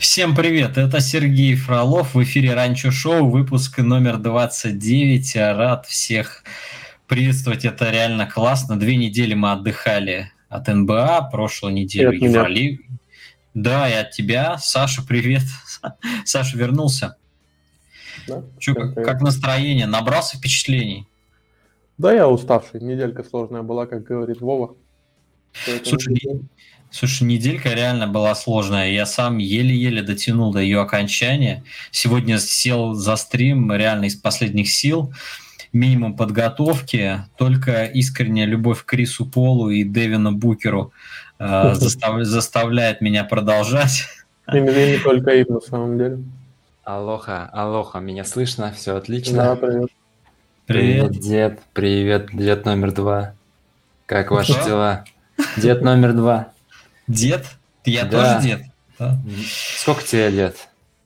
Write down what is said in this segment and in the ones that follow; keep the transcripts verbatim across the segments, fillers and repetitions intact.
Всем привет, это Сергей Фролов, в эфире Ранчо Шоу, выпуск номер двадцать девять. Рад всех приветствовать, это реально классно. Две недели мы отдыхали от эн бэ а, прошлую И неделю от меня. Евролигу. Да, и от тебя. Саша, привет. Саша вернулся. Да? Чё, Всем как, привет. как настроение? Набрался впечатлений? Да, я уставший. Неделька сложная была, как говорит Вова. Поэтому Слушай, не- слушай, неделька реально была сложная. Я сам еле-еле дотянул до ее окончания. Сегодня сел за стрим реально из последних сил. Минимум подготовки. Только искренняя любовь к Крису Полу и Дэвину Букеру э, застав- заставляет меня продолжать. и не, и не только им, на самом деле. Алоха, алоха, меня слышно? Все Да, отлично? привет. Привет. дед, привет, дед номер два. Как ваши Что? дела? Дед номер два. Дед? Я Да. тоже дед? Да. Сколько тебе лет?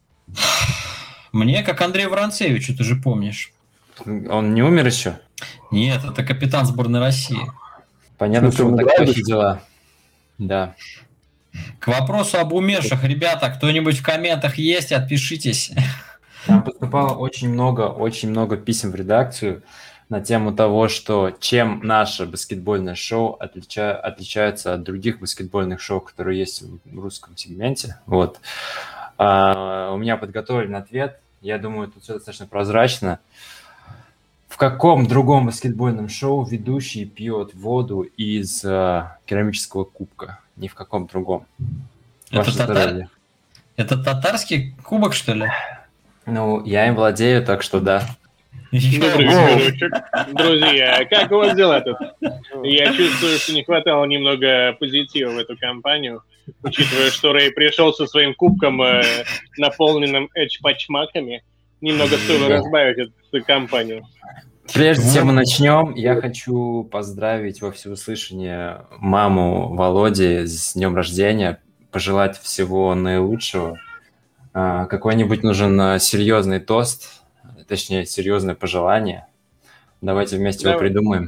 Мне, как Андрею Воронцевичу, ты же помнишь. Он не умер еще? Нет, это капитан сборной России. Понятно, В смысле, что вот он так играет плохие еще? дела. Да. К вопросу об умерших, ребята, кто-нибудь в комментах есть? Отпишитесь. Там поступало очень много, очень много писем в редакцию на тему того, что чем наше баскетбольное шоу отлича- отличается от других баскетбольных шоу, которые есть в русском сегменте. Вот. А, у меня подготовлен ответ. Я думаю, тут все достаточно прозрачно. В каком другом баскетбольном шоу ведущий пьет воду из а, керамического кубка? Ни в каком другом. Это, Ваше татар... здоровье. это татарский кубок, что ли? Ну, я им владею, так что да. Добрый Йоу. вечерочек, друзья. Как у вас дела тут? Я чувствую, что не хватало немного позитива в эту компанию, учитывая, что Рэй пришел со своим кубком, э, наполненным эдж-пачмаками. Немного стоило Да. разбавить эту компанию. Прежде чем мы Вот. начнем, я хочу поздравить во всеуслышание маму Володи с днем рождения, пожелать всего наилучшего. А, Какой-нибудь нужен а, серьезный тост, точнее, серьезное пожелание. Давайте вместе его Давай. придумаем.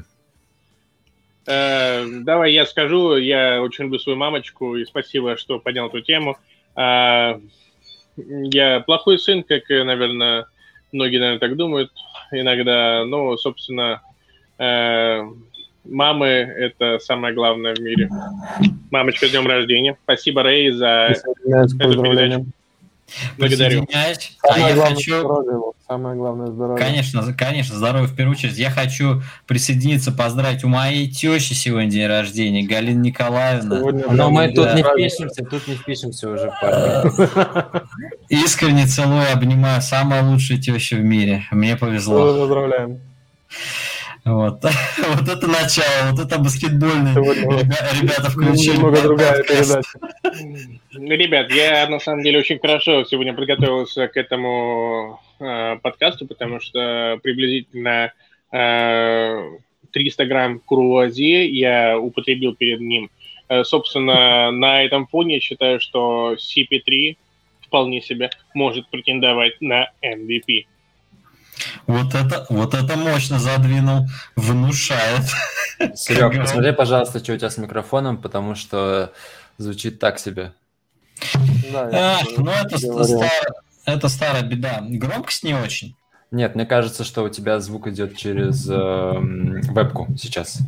Э, давай я скажу. Я очень люблю свою мамочку, и спасибо, что поднял эту тему. А, я плохой сын, как, э, наверное, многие, наверное, так думают иногда. Но, собственно, э, мамы – это самое главное в мире. Мамочка, с днем рождения. Спасибо, Рэй, за Присоединяюсь к эту передачу. поздравлениям. Благодарю. Присоединяюсь. А Самое я главное хочу... здоровье, Вов. Самое главное здоровье. Конечно, за- конечно, здоровье в первую очередь. Я хочу присоединиться, поздравить у моей тещи сегодня день рождения, Галина Николаевна. Сегодня Но прям мы тут не праздник. впишемся, тут не впишемся уже, парни. Искренне целую, обнимаю. Самая лучшая теща в мире. Мне повезло. Поздравляем. Вот. Вот это начало, вот это баскетбольное. Сегодня вот Ребя- Ребята включили. немного другая подкаст. передача. Ну, ребят, я на самом деле очень хорошо сегодня подготовился к этому э, подкасту, потому что приблизительно э, триста грамм курвуазье я употребил перед ним. Э, собственно, на этом фоне я считаю, что си пи три вполне себе может претендовать на эм ви пи. Вот это, вот это мощно задвинул. Внушает. Серег, Как посмотри, пожалуйста, что у тебя с микрофоном, потому что звучит так себе. Да, я Ах, ну это, ст- говорил. стар- это старая беда. Громкость не очень. Нет, мне кажется, что у тебя звук идет через эм, вебку сейчас.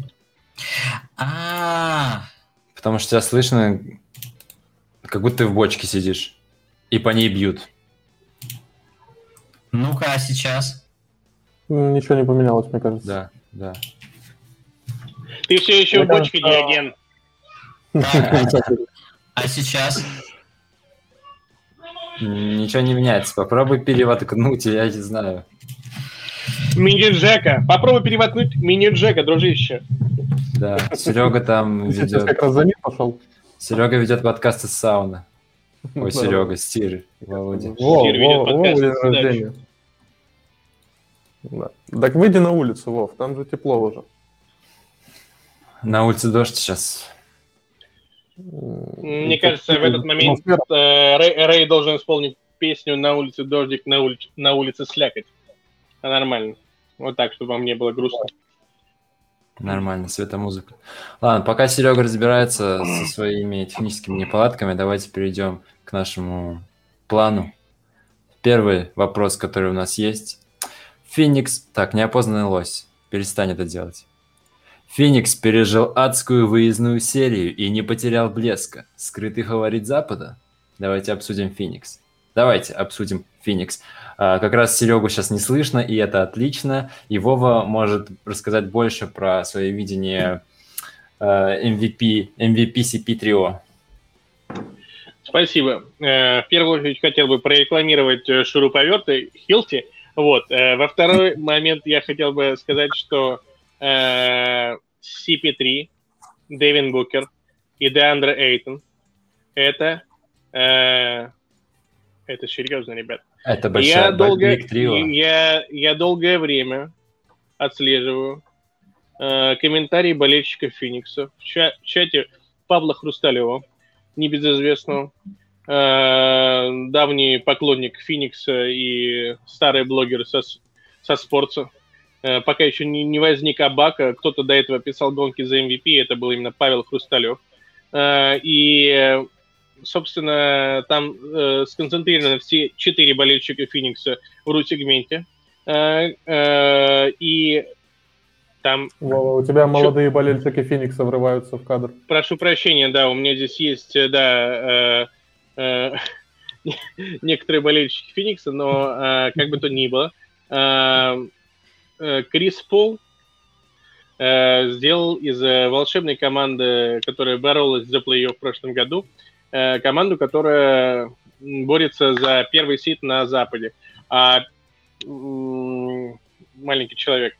А, Потому что тебя слышно, как будто ты в бочке сидишь, и по ней бьют. ну-ка, а сейчас? М, Ничего не поменялось, мне кажется. Да, да. Ты все еще Мне в бочке, кажется, Диоген. Так, а сейчас? М, Ничего не меняется. Попробуй перевоткнуть, я не знаю. Мини-джека. Попробуй перевоткнуть мини-джека, дружище. Да, Серега там Ты сейчас ведет... как раз за ним пошел. Серега ведет подкаст из сауны. Ой, Да. Серега, Стир, Володя. Во, Стир ведет Во, подкаст. Вова, день Дальше. рождения. Да. Так выйди на улицу, Вов, там же тепло уже. На улице дождь сейчас. Мне кажется, в этот момент Атмосфера. э, Рэй, Рэй должен исполнить песню «На улице дождик, на, улице, на улице слякоть». А нормально. Вот так, чтобы вам не было грустно. Нормально, светомузыка. Ладно, пока Серега разбирается со своими техническими неполадками, давайте перейдем к нашему плану. Первый вопрос, который у нас есть. Феникс... Так, неопознанный лось. Перестань это делать. Феникс пережил адскую выездную серию и не потерял блеска. Скрытый фаворит Запада? Давайте обсудим Феникс. Давайте обсудим Феникс. А, как раз Серегу сейчас не слышно, и это отлично. И Вова может рассказать больше про свое видение а, эм ви пи, эм ви пи си пи трио. Спасибо. В первую очередь хотел бы прорекламировать шуруповерты Хилти. Вот. Во второй момент я хотел бы сказать, что си пи три, Дэвин Букер и Деандре Эйтон это, это серьезно, ребят. Это большая я, долго, трио. я, я долгое время отслеживаю комментарии болельщиков Феникса в, ча- в чате Павла Хрусталева, небезызвестного, э, давний поклонник Феникса и старый блогер со, со спорта. Э, пока еще не, не возник Абака, кто-то до этого писал гонки за эм ви пи, это был именно Павел Хрусталев. Э, и, собственно, там э, сконцентрированы все четыре болельщика Феникса в ру-сегменте. Э, э, и там... Вова, у тебя молодые болельщики Феникса врываются в кадр. Прошу прощения, да, у меня здесь есть, да, э, э, некоторые болельщики Феникса, но э, как бы то ни было, э, э, Крис Пол э, сделал из волшебной команды, которая боролась за плей-офф в прошлом году, э, команду, которая борется за первый сид на Западе. А э, маленький человек.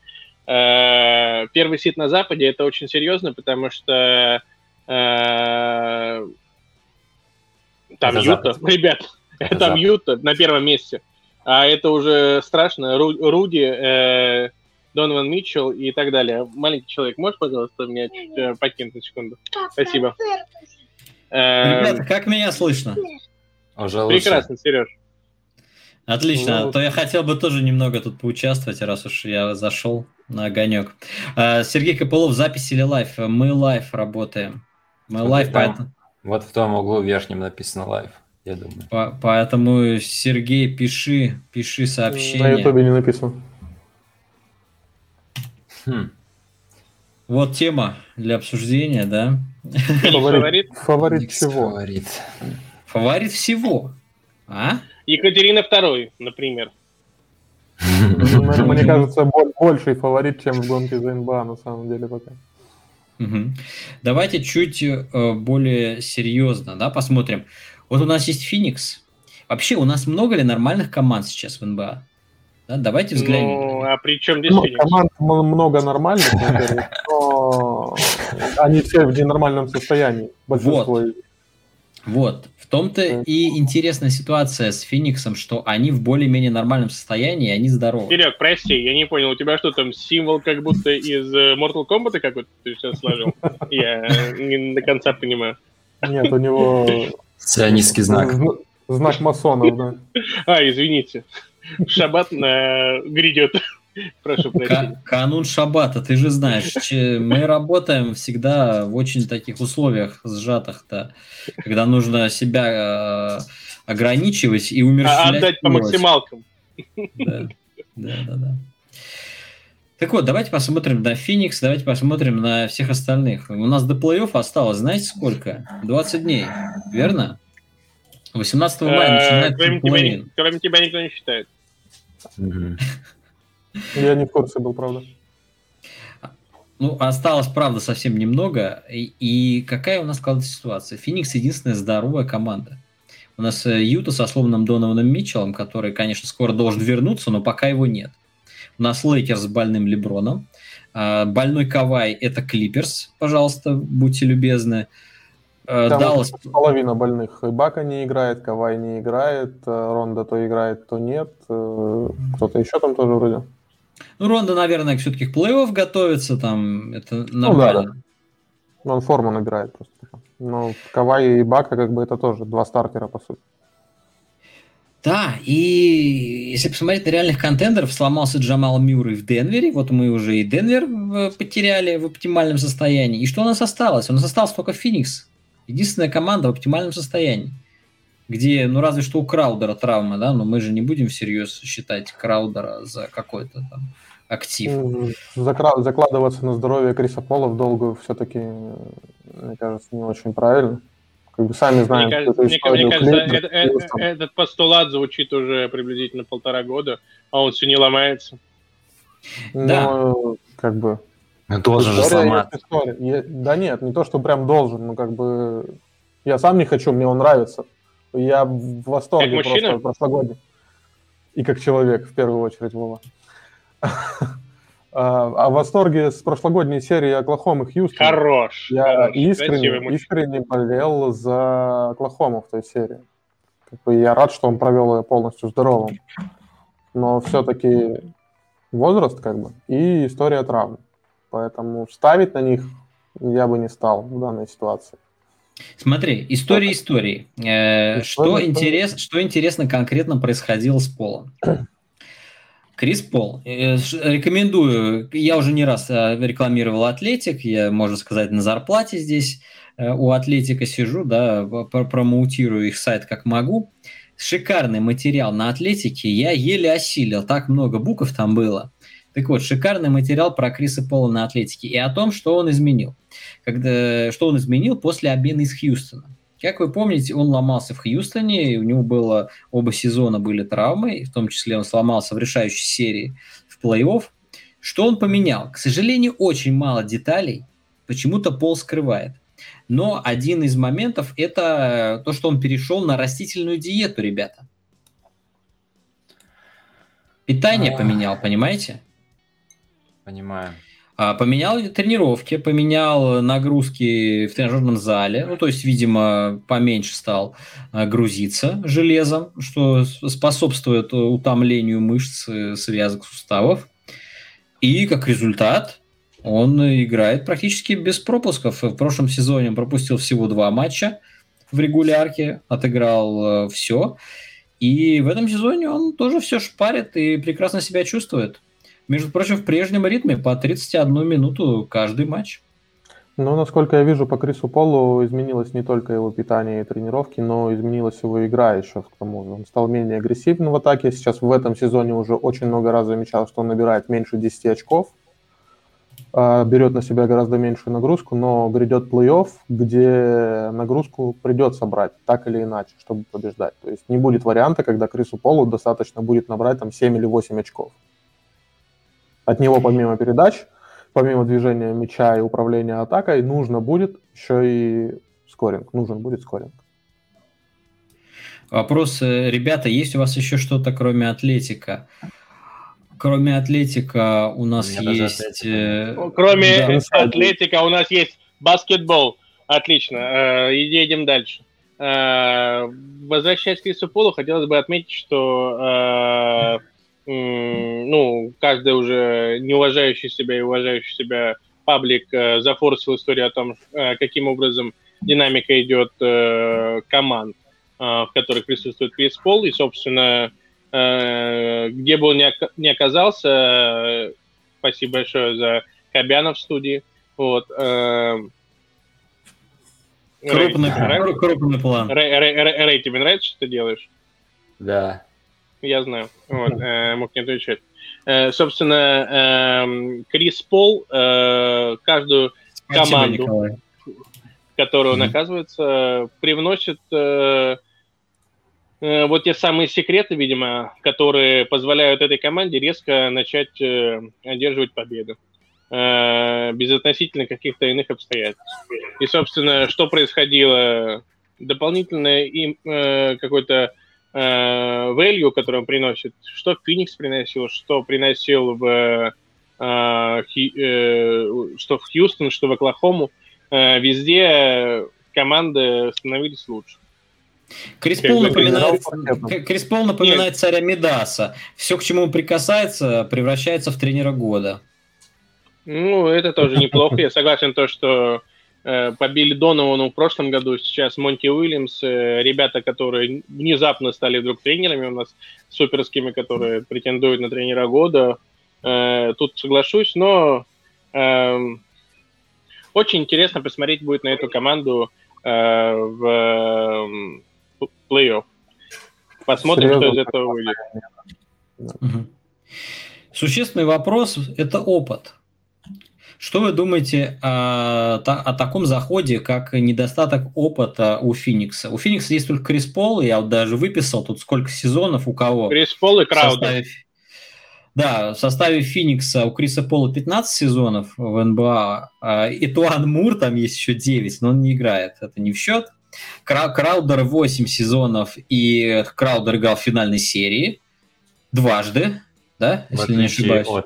Первый сид на Западе это очень серьезно, потому что э, там это Юта, Запад. Ребят, это там Запад. Юта на первом месте, а это уже страшно. Ру, Руди, э, Донован Митчелл и так далее. Маленький человек, можешь, пожалуйста, меня чуть э, покинуть на секунду? Спасибо. Ребята, как меня слышно? Уже прекрасно, лучше. Сереж. Отлично, ну, то я хотел бы тоже немного тут поучаствовать, раз уж я зашел на огонек. Сергей Копылов, запись или лайв? Мы лайв работаем. Мы вот лайв, там, поэтому... Вот в том углу верхнем написано лайв, я думаю. По- поэтому, Сергей, пиши, пиши сообщение. На ютубе не написано. Хм. Вот тема для обсуждения, да? Фаворит, фаворит чего? Фаворит. Фаворит всего. А? Екатерина второй, например. Мне кажется, больший фаворит, чем в гонке за эн бэ а на самом деле пока. Угу. Давайте чуть э, более серьезно, да, посмотрим. Вот у нас есть Феникс. Вообще, у нас много ли нормальных команд сейчас в эн бэ а? Да, давайте взглянем. Ну, а при чем здесь ну, Феникс? Команд много нормальных, но они все в ненормальном состоянии. Большинство. Вот. Вот. В том-то и интересная ситуация с Фениксом, что они в более-менее нормальном состоянии, и они здоровы. Серег, прости, я не понял, у тебя что там, символ как будто из Mortal Kombat какой-то ты сейчас сложил? Я не до конца понимаю. Нет, у него... Сионистский знак. Знак масонов, да. А, извините. Шаббат грядет. Прошу прощения. Канун шаббата, ты же знаешь, мы работаем всегда в очень таких условиях сжатых, да, когда нужно себя э, ограничивать и умерщвлять. А отдать по максималкам. Да, да, да, да. Так вот, давайте посмотрим на Феникс, давайте посмотрим на всех остальных. У нас до плей-оффа осталось, знаете сколько? двадцать дней, верно? восемнадцатого мая начинается плей-ин. Кроме тебя никто не считает. Я не в курсе был, правда. Ну, осталось, правда, совсем немного. И, и какая у нас складывается ситуация? Феникс единственная здоровая команда. У нас Юта со сломанным Донованом Митчеллом, который, конечно, скоро должен вернуться, но пока его нет. У нас Лейкерс с больным Леброном. Больной Кавай – это Клиперс, пожалуйста, будьте любезны. Там Даллас... половина больных. Бака не играет, Кавай не играет, Ронда то играет, то нет. Кто-то еще там тоже вроде. Ну, Ронда, наверное, все-таки к плей-офф готовится, там, это нормально. Ну, да, да. Он форму набирает просто. Но Кавай и Бака, как бы, это тоже два стартера, по сути. Да, и если посмотреть на реальных контендеров, сломался Джамал Мюррей в Денвере, вот мы уже и Денвер потеряли в оптимальном состоянии. И что у нас осталось? У нас остался только Феникс. Единственная команда в оптимальном состоянии. где, ну, разве что у Краудера травма, да, но мы же не будем всерьез считать Краудера за какой-то там актив. Закра- закладываться на здоровье Криса Пола в долгую все-таки, мне кажется, не очень правильно. Как бы сами знаем, мне кажется, мне, мне кажется это, это, этот постулат звучит уже приблизительно полтора года, а он все не ломается. Да. Ну, как бы... Должен же сломаться. Я, да нет, не то, что прям должен, но как бы... Я сам не хочу, мне он нравится. Я в восторге просто прошлогодний. И как человек, в первую очередь, Вова. А в восторге с прошлогодней серии Оклахомы Хьюстон. Хорош. Я хорош, искренне, искренне болел за Оклахому в той серии. Как бы я рад, что он провел ее полностью здоровым. Но все-таки возраст, как бы, и история травм. Поэтому ставить на них я бы не стал в данной ситуации. Смотри, история истории. Э, что, интерес, что интересно конкретно происходило с Полом? Крис Пол. Рекомендую. Я уже не раз рекламировал Атлетик. Я, можно сказать, на зарплате здесь у Атлетика сижу, да, промоутирую их сайт как могу. Шикарный материал на Атлетике. Я еле осилил. Так много букв там было. Так вот, шикарный материал про Криса Пола на Атлетике и о том, что он изменил. Когда, что он изменил после обмена из Хьюстона. Как вы помните, он ломался в Хьюстоне, и у него было, оба сезона были травмы, и в том числе он сломался в решающей серии в плей-офф. Что он поменял? К сожалению, очень мало деталей, почему-то Пол скрывает. Но один из моментов – это то, что он перешел на растительную диету, ребята. Питание поменял, понимаете? Понимаю. Поменял тренировки, поменял нагрузки в тренажерном зале, ну, то есть, видимо, поменьше стал грузиться железом, что способствует утомлению мышц, связок, суставов. И, как результат, он играет практически без пропусков. В прошлом сезоне он пропустил всего два матча в регулярке, отыграл все. И в этом сезоне он тоже все шпарит и прекрасно себя чувствует. Между прочим, в прежнем ритме по тридцать одну минуту каждый матч. Ну, насколько я вижу, по Крису Полу изменилось не только его питание и тренировки, но изменилась его игра еще к тому же. Он стал менее агрессивным в атаке. Сейчас в этом сезоне уже очень много раз замечал, что он набирает меньше десяти очков, берет на себя гораздо меньшую нагрузку, но грядет плей-офф, где нагрузку придется брать так или иначе, чтобы побеждать. То есть не будет варианта, когда Крису Полу достаточно будет набрать там семь или восемь очков. От него помимо передач, помимо движения мяча и управления атакой, нужно будет еще и скоринг. Нужен будет скоринг. Вопрос, ребята, есть у вас еще что-то, кроме Атлетика? Кроме Атлетика у нас у есть... Э... Кроме да. Атлетика у нас есть баскетбол. Отлично. Э, едем дальше. Э, возвращаясь к Крису Полу, хотелось бы отметить, что... Э, ну, каждый уже не уважающий себя и уважающий себя паблик э, зафорсил историю о том, э, каким образом динамика идет э, команд, э, в которых присутствует Крис Пол. И, собственно, э, где бы он ни, ока- ни оказался, э, спасибо большое за Кобяна в студии. Вот, э, крупный, Рэй, крупный план. Рэй, Рэй, Рэй, Рэй, тебе нравится, что ты делаешь? Да. Я знаю, вот, э, мог не отвечать. Э, собственно, э, Крис Пол э, каждую Спасибо, команду, Николай. В которую он mm-hmm. оказывается, привносит э, э, вот те самые секреты, видимо, которые позволяют этой команде резко начать э, одерживать победу э, безотносительно каких-то иных обстоятельств. И, собственно, что происходило дополнительно им э, какой-то value, который он приносит, что Феникс приносил, что приносил в э, хи, э, что в Хьюстон, что в Оклахому, э, везде команды становились лучше. Крис Пол напоминает, Крис Пол напоминает царя Мидаса. Все, к чему он прикасается, превращается в тренера года. Ну, это тоже неплохо. Я согласен то, что побили Доновану в прошлом году, сейчас Монти Уильямс, ребята, которые внезапно стали вдруг тренерами у нас, суперскими, которые претендуют на тренера года. Тут соглашусь, но очень интересно посмотреть будет на эту команду в плей-офф. Посмотрим, Серьезно? что из этого выйдет. Угу. Существенный вопрос – это опыт. Что вы думаете о, о таком заходе, как недостаток опыта у Феникса? У Феникса есть только Крис Пол, я вот даже выписал тут сколько сезонов у кого. Крис Пол и Краудер. В составе, да, в составе Феникса у Криса Пола пятнадцать сезонов в эн би эй, Этуан Мур там есть еще девять, но он не играет, это не в счет. Краудер восемь сезонов, и Краудер играл в финальной серии дважды, да, если не ошибаюсь. От...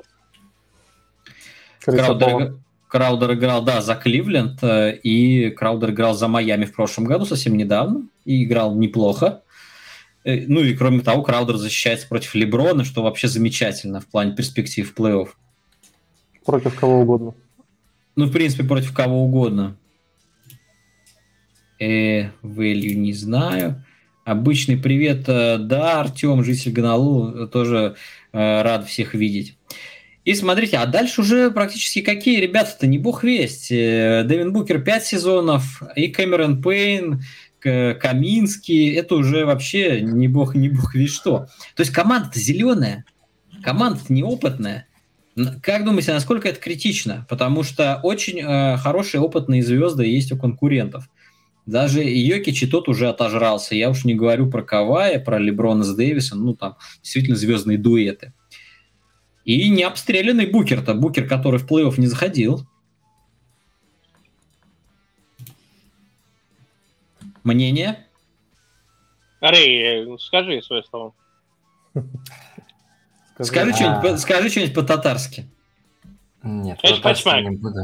Краудер, Краудер играл, да, за Кливленд, и Краудер играл за Майами в прошлом году, совсем недавно, и играл неплохо. Ну и кроме того, Краудер защищается против Леброна, что вообще замечательно в плане перспектив в плей-офф. Против кого угодно. Ну, в принципе, против кого угодно. Э, value не знаю. Обычный привет, да, Артем, житель Гонолулу, тоже э, рад всех видеть. И смотрите, а дальше уже практически какие ребята-то, не бог весть. Дэвин Букер пять сезонов, и Кэмерон Пейн, Каминский, это уже вообще не бог, не бог весть что. То есть команда-то зеленая, команда-то неопытная. Как думаете, насколько это критично? Потому что очень э, хорошие опытные звезды есть у конкурентов. Даже Йокич и тот уже отожрался. Я уж не говорю про Кавая, про Леброна с Дэвисом, ну там действительно звездные дуэты. И не обстрелянный Букер-то. Букер, который в плей-офф не заходил. Мнение? Рэй, скажи свое слово. Скажи а... что-нибудь, скажи что-нибудь по-татарски. Нет, по-татарски не буду.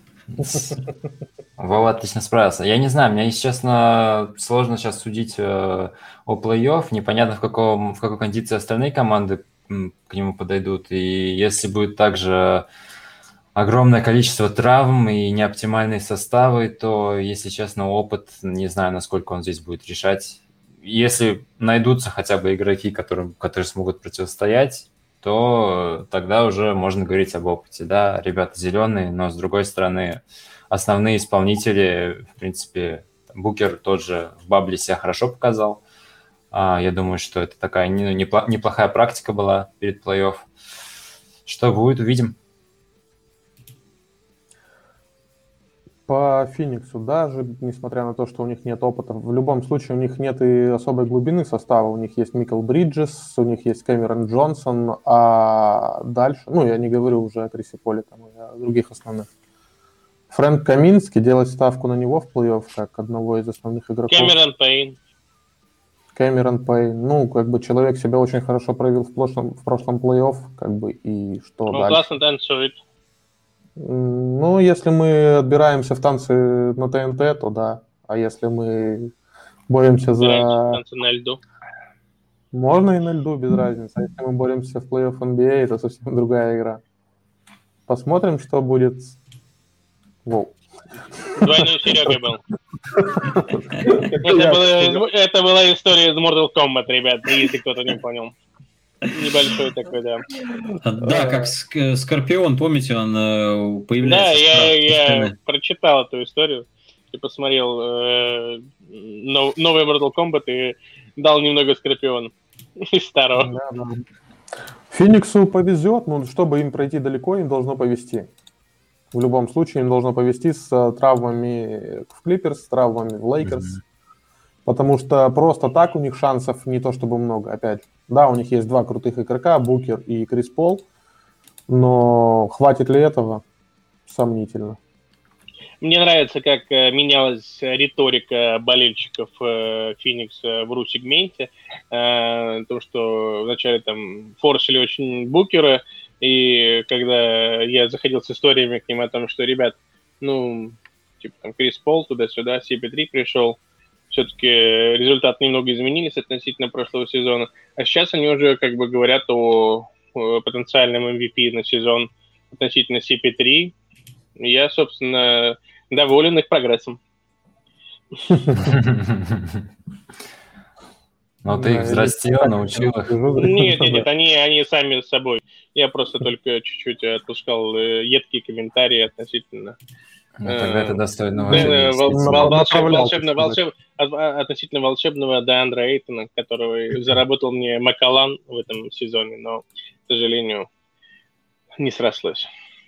Вова отлично справился. Я не знаю, мне, если честно, сложно сейчас судить э, о плей-офф. Непонятно, в, каком, в какой кондиции остальные команды к нему подойдут. И если будет также огромное количество травм и неоптимальные составы, то, если честно, опыт, не знаю, насколько он здесь будет решать. Если найдутся хотя бы игроки, которые, которые смогут противостоять, то тогда уже можно говорить об опыте. Да, ребята зеленые, но, с другой стороны, основные исполнители, в принципе, Букер тот же в бабле себя хорошо показал. Я думаю, что это такая неплохая практика была перед плей-офф. Что будет, увидим. По Фениксу, даже несмотря на то, что у них нет опыта, в любом случае у них нет и особой глубины состава. У них есть Микл Бриджес, у них есть Кэмерон Джонсон, а дальше, ну, я не говорю уже о Крисе Поле, там, и о других основных. Фрэнк Каминский, делать ставку на него в плей-офф как одного из основных игроков. Кэмерон Пейн. Кэмерон Пейн, ну, как бы человек себя очень хорошо проявил в прошлом, в прошлом плей-офф, как бы, и что ну, дальше? Классно танцует. Ну, если мы отбираемся в танцы на ТНТ, то да. А если мы боремся за... Танцы на льду. Можно и на льду, без разницы. А если мы боремся в плей-офф эн би эй, это совсем другая игра. Посмотрим, что будет. Воу. Двойной Серега был. Это, было, это была история из Mortal Kombat, ребят, если кто-то не понял. Небольшой такой, да. Да, как Скорпион, помните, он появляется. Да, я, я прочитал эту историю и посмотрел э, новый Mortal Kombat и дал немного Скорпиона из старого. Да, да. Фениксу повезет, но чтобы им пройти далеко, им должно повезти. В любом случае, им должно повезти с травмами в Клиперс, с травмами в Лейкерс. Mm-hmm. Потому что просто так у них шансов не то чтобы много. Опять, да, у них есть два крутых игрока, Букер и Крис Пол, но хватит ли этого? Сомнительно. Мне нравится, как менялась риторика болельщиков Феникса в ру-сегменте. То, что вначале там форсили очень Букера, и когда я заходил с историями к ним о том, что, ребят, ну, типа там Крис Пол туда-сюда, си пи три пришел, все-таки результаты немного изменились относительно прошлого сезона, а сейчас они уже как бы говорят о, о потенциальном эм ви пи на сезон относительно си пи три. Я, собственно, доволен их прогрессом. Ну, ты их взрастил, научил их. Нет, нет, нет, они, они сами с собой. Я просто только чуть-чуть отпускал едкие комментарии относительно Ну, тогда это достойно Да, уважения. вол- естественно. вол- волшеб- Направлял, волшебно- так сказать. волшеб- от- а- относительно волшебного Деандра Эйтона, который заработал мне Макалан в этом сезоне, но, к сожалению, не срослось.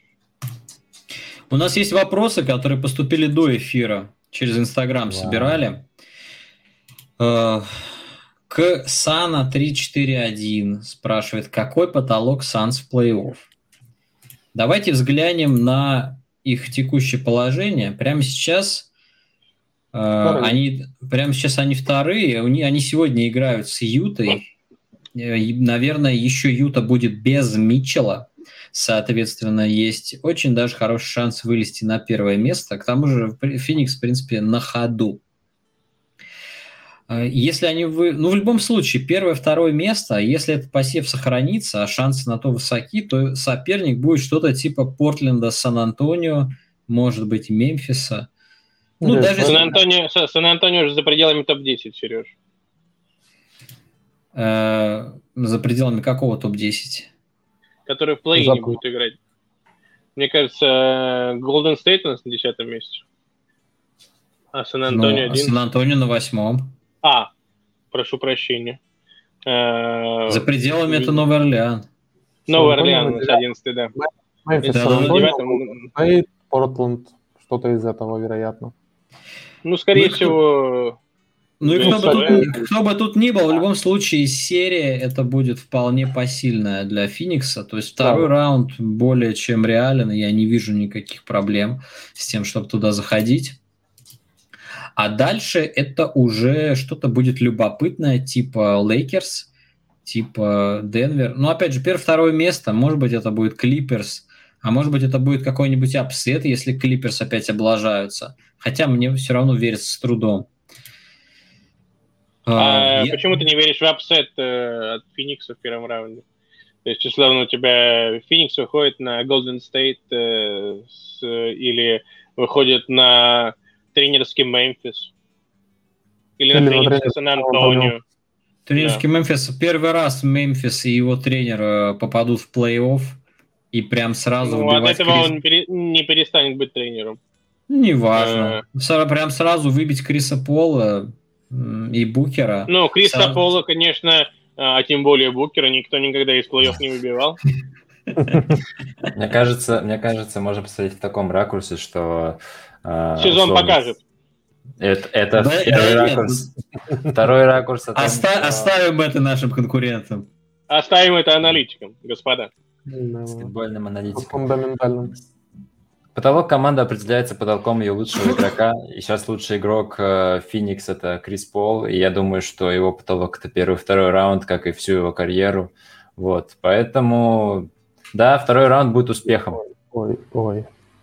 У нас есть вопросы, которые поступили до эфира. Через Инстаграм Вау. собирали. Э, К Сана три четыре один спрашивает, какой потолок Санс в плей-офф? Давайте взглянем на их текущее положение. Прямо сейчас э, они, прямо сейчас они вторые. У них- Они сегодня играют с Ютой. Э, и, Наверное, еще Юта будет без Митчелла. Соответственно, есть очень даже хороший шанс вылезти на первое место. К тому же в- Феникс, в принципе, на ходу. Э, Если они вы... Ну, в любом случае, первое, второе место, если этот посев сохранится, а шансы на то высоки, то соперник будет что-то типа Портленда, Сан-Антонио, может быть, Мемфиса. Ну, Нет, даже если- Сан-Антонио, Сан- Сан-Антонио уже за пределами топ десять, Сереж. э, за пределами какого топ десять? Который в плей-ине Запад. будет играть. Мне кажется, Голден Стейт у нас на десятом месте. А Сан-Антонио Ну, один. Сан-Антонио на восьмом. А, прошу прощения. Э, За пределами это Новый Орлеан. Новый Сан-Антонио Орлеан, на с одиннадцатый, да. Мемфис, Да, Сан-Антонио, да, девятом. Стейт, Портленд, что-то из этого, вероятно. Ну, скорее Ну, всего... Ну и Ну, кто бы, кстати, тут, кто бы тут ни был, в любом случае серия это будет вполне посильная для Феникса. То есть второй Да. раунд более чем реален, и я не вижу никаких проблем с тем, чтобы туда заходить. А дальше это уже что-то будет любопытное, типа Лейкерс, типа Денвер. Ну, опять же, первое-второе место, может быть, это будет Клиперс, а может быть, это будет какой-нибудь апсет, если Клиперс опять облажаются. Хотя мне все равно верится с трудом. А я- почему ты не веришь в апсет э, от Феникса в первом раунде? То есть, условно, у тебя Феникс выходит на Голден Стейт э, с- или выходит на тренерский Мемфис. Или на Или на тренерский тренерский Сан-Антонио. Тренерский Мемфис. Первый раз Мемфис и его тренер э, попадут в плей-офф и прям сразу Ну, от выбивать этого Крис- он пере- не перестанет быть тренером. Неважно. Сра- Прям сразу выбить Криса Пола м, и Букера. Ну, Криса Сразу- Пола, конечно, а тем более Букера, никто никогда из плей-офф не выбивал. Мне кажется, мне кажется, можно посмотреть в таком ракурсе, что... э, Сезон условно, покажет. Это, это Да- первый да нет. ракурс. Второй ракурс... о том, Оста- что Оставим это нашим конкурентам. Оставим это аналитикам, господа. Да. баскетбольным аналитикам. Фундаментальным. Потолок команды определяется потолком ее лучшего игрока. И сейчас лучший игрок Феникс это Крис Пол. И я думаю, что его потолок это первый, второй раунд, как и всю его карьеру. Вот. Поэтому, да, второй раунд будет успехом. Ой, ой.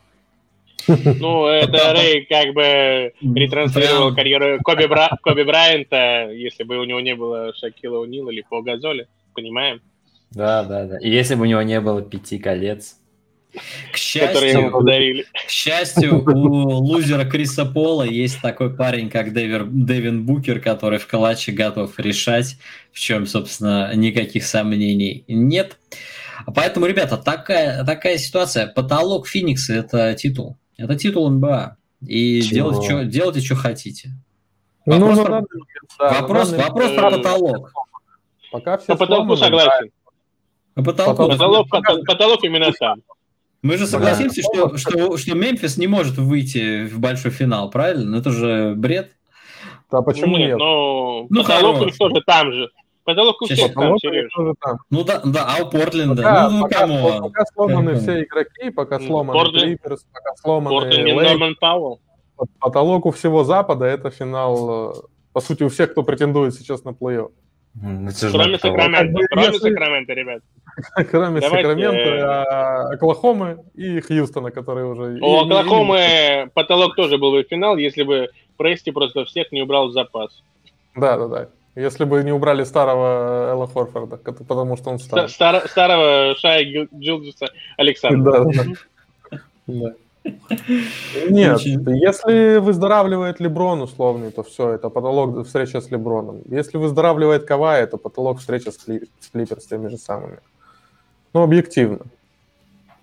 Ну, это Рэй как бы ретранслировал Прям- карьеру Коби, Бра... Коби Брайанта, если бы у него не было Шакила О'Нила или Пол Газоля, понимаем? Да, да, да. И если бы у него не было пяти колец. К Которые ему счастью, подарили. к счастью, у лузера Криса Пола есть такой парень, как Дэвер- Дэвин Букер, который в калаче готов решать, в чем, собственно, никаких сомнений нет. Поэтому, ребята, такая, такая ситуация. Потолок Феникса – это титул. Это титул эн бэ а. И Чего? делайте, что, делайте, что хотите. Ну, Вопрос на про- данный момент, да, на вопрос данный вопрос момент, про э, потолок. Пока все По потолку сломаны, согласен. По потолку. Потолок- Потолок, потолок, потолок именно там. Мы же согласимся, Да. что, что, что Мемфис не может выйти в большой финал, правильно? Ну, это же бред. Да, почему нет? Ну, Ну, потолок у хорош. них тоже там же. Потолок у Сейчас всех там, Потолок у них Сереж. тоже там. Ну да, да, а у Портленда, Пока, ну, ну пока, камон. пока сломаны Камон. все игроки, пока Ну, сломаны Портленд- Клиперс, пока сломаны Портленд Лейк, Норман Пауэлл. потолок у всего Запада это финал, э, по сути, у всех, кто претендует сейчас на плей-офф. М, это же Кроме на потолок. Сакрамента. Как бы, Кроме если- Сакрамента, ребят. Кроме Давайте, Сакрамента, а, Оклахомы и Хьюстона, которые уже... У и- Оклахомы потолок тоже был бы финал, если бы Прести просто всех не убрал в запас. Да, да, да. Если бы не убрали старого Элла Хорфорда, кот- потому что он Ста- стар. стар- Старого Шая Гил- Джилджеса Александра. Да, да. Да. Нет, Очень. если выздоравливает Леброн условный, то все, это потолок встреча с Леброном. Если выздоравливает Кавай, это потолок встреча с, Кли- с Клиперс теми же самыми. Ну, объективно.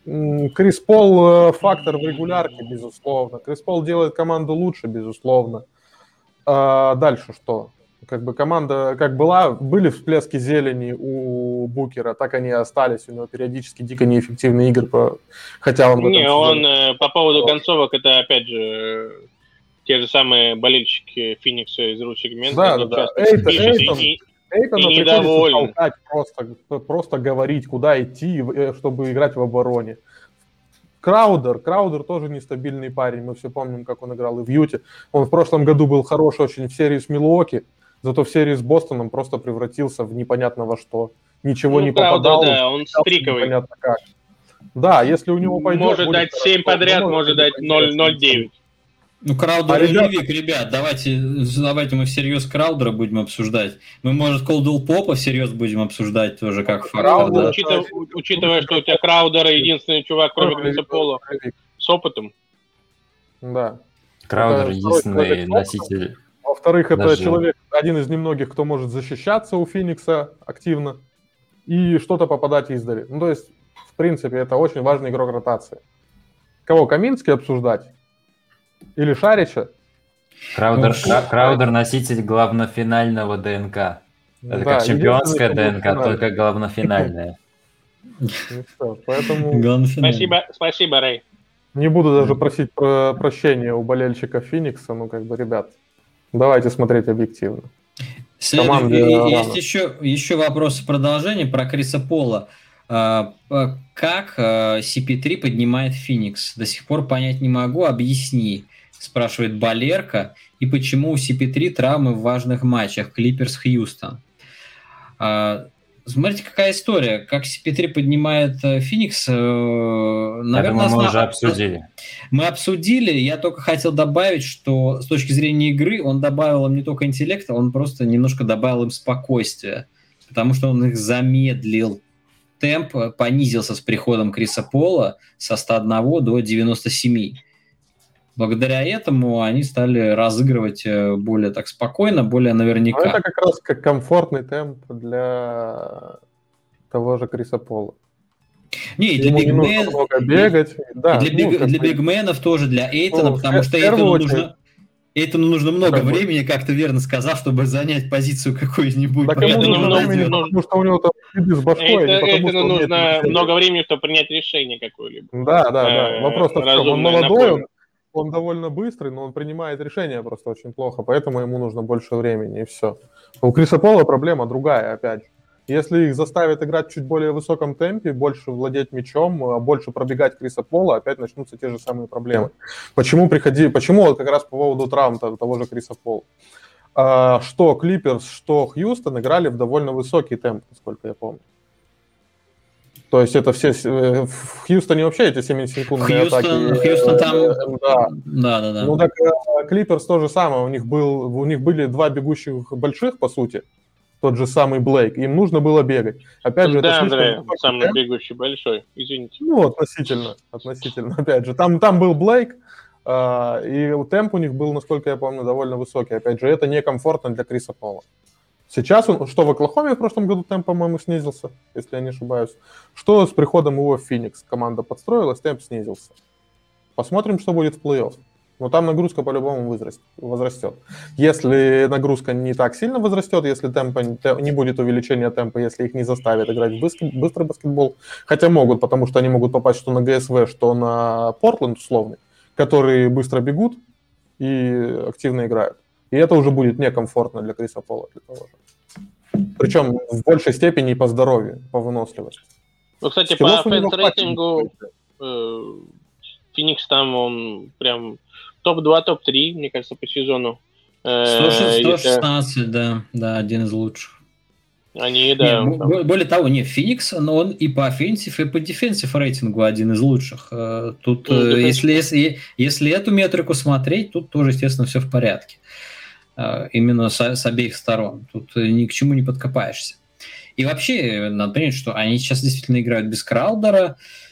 Крис Пол фактор в регулярке, безусловно. Крис Пол делает команду лучше, безусловно. А дальше что? Как бы команда, как была, были всплески зелени у Букера, так они и остались. У него периодически дико неэффективные игры, по... хотя он в этом Не, сезоне... он по поводу концовок, это опять же те же самые болельщики Феникса из ру-сегмента. Да, да, да. Эйтон, Эйтон, и, Эйтон, и недоволен. Просто, просто говорить, куда идти, чтобы играть в обороне. Краудер, Краудер тоже нестабильный парень, мы все помним, как он играл и в Юте. Он в прошлом году был хорош очень в серии с Милуоки, зато в серии с Бостоном просто превратился в непонятно во что. Ничего ну, не Краудер, попадал. Да, он стриковый. Непонятно как. Да, если у него пойдет... Может дать семь подряд, может дать ноль ноль девять. Ну, Краудер а ребят... Левик, ребят, давайте, давайте мы всерьез Краудера будем обсуждать. Мы, может, Колдуэлл Попа всерьез будем обсуждать тоже как фактор. Да? Учитывая, учитывая, что у тебя Краудер единственный чувак, кроме Криса Пола, с опытом. Да. Краудер единственный носитель. Во-вторых, это даже... человек, один из немногих, кто может защищаться у Феникса активно и что-то попадать издали. Ну, то есть, в принципе, это очень важный игрок ротации. Кого, Каминский обсуждать? Или Шарича? Краудер, ну, Кра- Краудер носитель главнофинального ДНК. Это да, как чемпионская ДНК, только главнофинальная. Поэтому... Спасибо, спасибо, Рэй. Не буду даже просить про прощения у болельщиков Феникса, ну как бы, ребят, давайте смотреть объективно. Команды есть еще, еще вопрос продолжения про Криса Пола. Как си пи три поднимает Феникс? До сих пор понять не могу, объясни, спрашивает Балерка. И почему у си пи три травмы в важных матчах? Клиперс-Хьюстон. Смотрите, какая история. Как си пи три поднимает Феникс, наверное... Я думаю, мы уже обсудили. Мы обсудили. Я только хотел добавить, что с точки зрения игры он добавил им не только интеллекта, он просто немножко добавил им спокойствия. Потому что он их замедлил. Темп понизился с приходом Криса Пола со ста одного до девяноста семи. Благодаря этому они стали разыгрывать более так спокойно, более наверняка. Но это как раз как комфортный темп для того же Криса Пола. Не, и для бигмен... бегать. Да, и для, ну, биг... для бигменов тоже, для Эйтона, ну, потому что Эйтону нужно... Эйтону нужно много как времени, как ты верно сказал, чтобы занять позицию какой-нибудь. Так ему нужно времени, потому что у него там следы с башкой. Это, Эйтону нужно много времени, чтобы принять решение какое-либо. Да, да, да. Вопрос в чем? Он молодой, он, он довольно быстрый, но он принимает решения просто очень плохо, поэтому ему нужно больше времени, и все. У Криса Пола проблема другая, опять же. Если их заставят играть в чуть более высоком темпе, больше владеть мячом, больше пробегать Криса Пола, опять начнутся те же самые проблемы. Почему приходи, почему вот как раз по поводу травм того же Криса Пола? А, что Клиперс, что Хьюстон играли в довольно высокий темп, насколько я помню. То есть это все... В Хьюстоне вообще эти семидесятисекундные Хьюстон, атаки... Хьюстон там... Да. да, да, да. Ну так Клиперс то же самое. У них, был, у них были два бегущих больших, по сути. Тот же самый Блейк. Им нужно было бегать. Опять же, да, это Андрей, самый темп. Бегущий большой. Извините. Ну, относительно. Относительно. Опять же, там, там был Блейк, э, и темп у них был, насколько я помню, довольно высокий. Опять же, это некомфортно для Криса Пола. Сейчас он, что в Оклахоме в прошлом году темп, по-моему, снизился, если я не ошибаюсь. Что с приходом его в Феникс? Команда подстроилась, темп снизился. Посмотрим, что будет в плей-офф. Но там нагрузка по-любому возрастет. Если нагрузка не так сильно возрастет, если темпа, не будет увеличения темпа, если их не заставят играть в быстрый, быстрый баскетбол, хотя могут, потому что они могут попасть что на ГСВ, что на Портленд условный, которые быстро бегут и активно играют. И это уже будет некомфортно для Криса Пола. Для того же. Причем в большей степени и по здоровью, по выносливости. Ну, кстати, Скиллов по оффенс-рейтингу э, Феникс там он прям топ два, топ три, мне кажется, по сезону. сто шестнадцать, это... да, да, один из лучших. Они, да. Не, там... Более того, не, Феникс, но он и по оффенсив, и по дефенсив рейтингу один из лучших. Тут, ну, если, если, если эту метрику смотреть, тут тоже, естественно, все в порядке. Именно с, с обеих сторон. Тут ни к чему не подкопаешься. И вообще, надо понять, что они сейчас действительно играют без Краудера,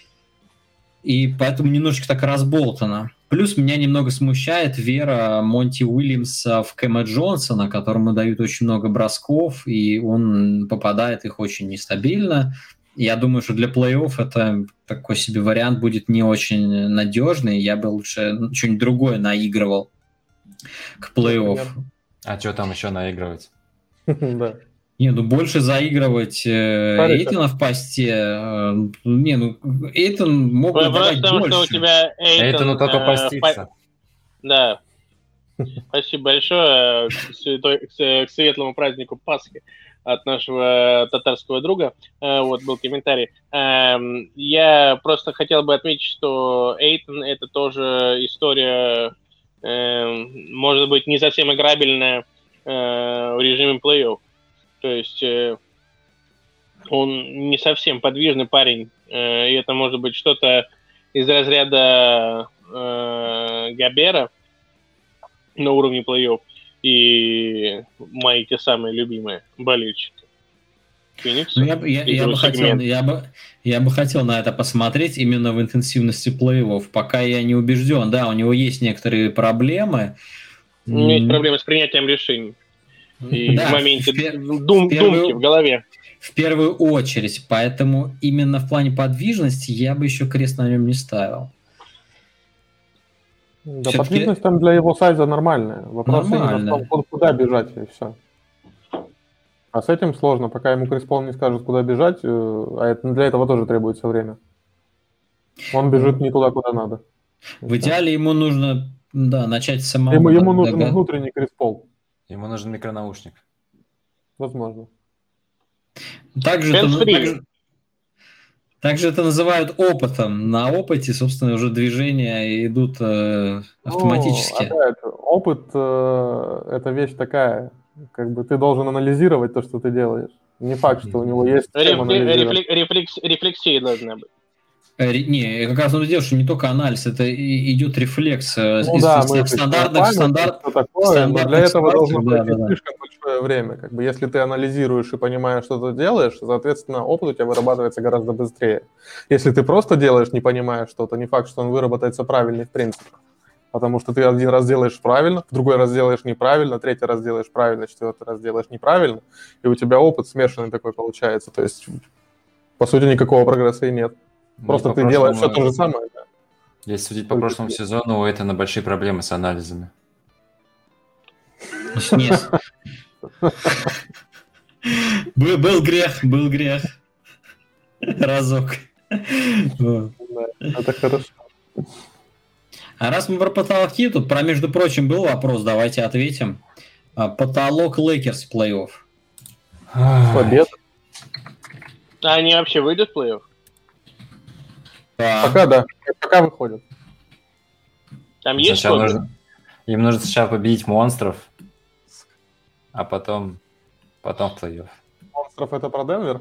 и поэтому немножечко так разболтано. Плюс меня немного смущает вера Монти Уильямса в Кэма Джонсона, которому дают очень много бросков, и он попадает их очень нестабильно. Я думаю, что для плей-офф это такой себе вариант будет не очень надежный. Я бы лучше что-нибудь другое наигрывал к плей-офф. А что там еще наигрывать? Да. Не, ну больше заигрывать э, Эйтона в посте. Э, не, ну Эйтон мог бы давать Потому больше. что у тебя Эйтон... Эйтону только э, поститься. по- Да. Спасибо большое к, святой- к с- к светлому празднику Пасхи от нашего татарского друга. Э, Вот был комментарий. Эм, Я просто хотел бы отметить, что Эйтон — это тоже история, эм, может быть, не совсем играбельная э, в режиме плей-офф. То есть э, он не совсем подвижный парень, э, и это может быть что-то из разряда э, Габера на уровне плей-офф и мои те самые любимые болельщики. Феникс. Ну, я, бы- я, я, бы хотел, я, бы, я бы хотел на это посмотреть именно в интенсивности плей-офф. Пока я не убежден. Да, у него есть некоторые проблемы. У меня есть М, проблемы с принятием решений. И Да, в моменте в пе- дум- в первую- думки в голове. В первую очередь. Поэтому именно в плане подвижности я бы еще крест на нем не ставил. Да, Всё-таки- подвижность там для его сайза нормальная. Вопрос именно в Нормально. том, куда бежать, и все. А с этим сложно, пока ему Крис Пол не скажет, куда бежать, э, а это, для этого тоже требуется время. Он бежит не туда, куда надо. И В всё. идеале ему нужно, да, начать самому. Ему, ему нужен дога- внутренний Крис Пол, Ему нужен микронаушник. возможно. Также это, Hands-free. также, также это называют опытом. На опыте, собственно, уже движения идут э, автоматически. Ну, опять, опыт э, это вещь такая, как бы ты должен анализировать то, что ты делаешь. Не факт, что у него есть чем Рефли- анализировать. рефлек- рефлекс- Рефлексия должна быть. Э, ре- Не, как раз он дело, что не только анализ, это и- идет рефлекс э, Ну из, да, из мы стандартных, стандарт, что такое, но стандартных для этого ситуаций, должно да, пройти да, да. слишком большое время. Как бы, если ты анализируешь и понимаешь, что ты делаешь, соответственно, опыт у тебя вырабатывается гораздо быстрее. Если ты просто делаешь, не понимая что-то, не факт, что он выработается правильный в принципе. Потому что ты один раз делаешь правильно, в другой раз делаешь неправильно, третий раз делаешь правильно, четвертый раз делаешь неправильно, и у тебя опыт смешанный такой получается. То есть, по сути, никакого прогресса и нет. Ну, Просто по ты делаешь все прошлому- то же самое. Да. Если судить по Только прошлому тебе. сезону, у Эйтона большие проблемы с анализами. Нет. Был, был грех, был грех. Разок. Вот. Да, это хорошо. А раз мы про потолки, тут про, между прочим, был вопрос, давайте ответим. А, Потолок Лейкерс в плей-офф. Победа. А они вообще выйдут в плей-офф? Да. Пока да, пока выходят. Там есть Сначала что-то? нужно... Им нужно сначала победить монстров, а потом, потом в плей-офф. Монстров это про Денвер?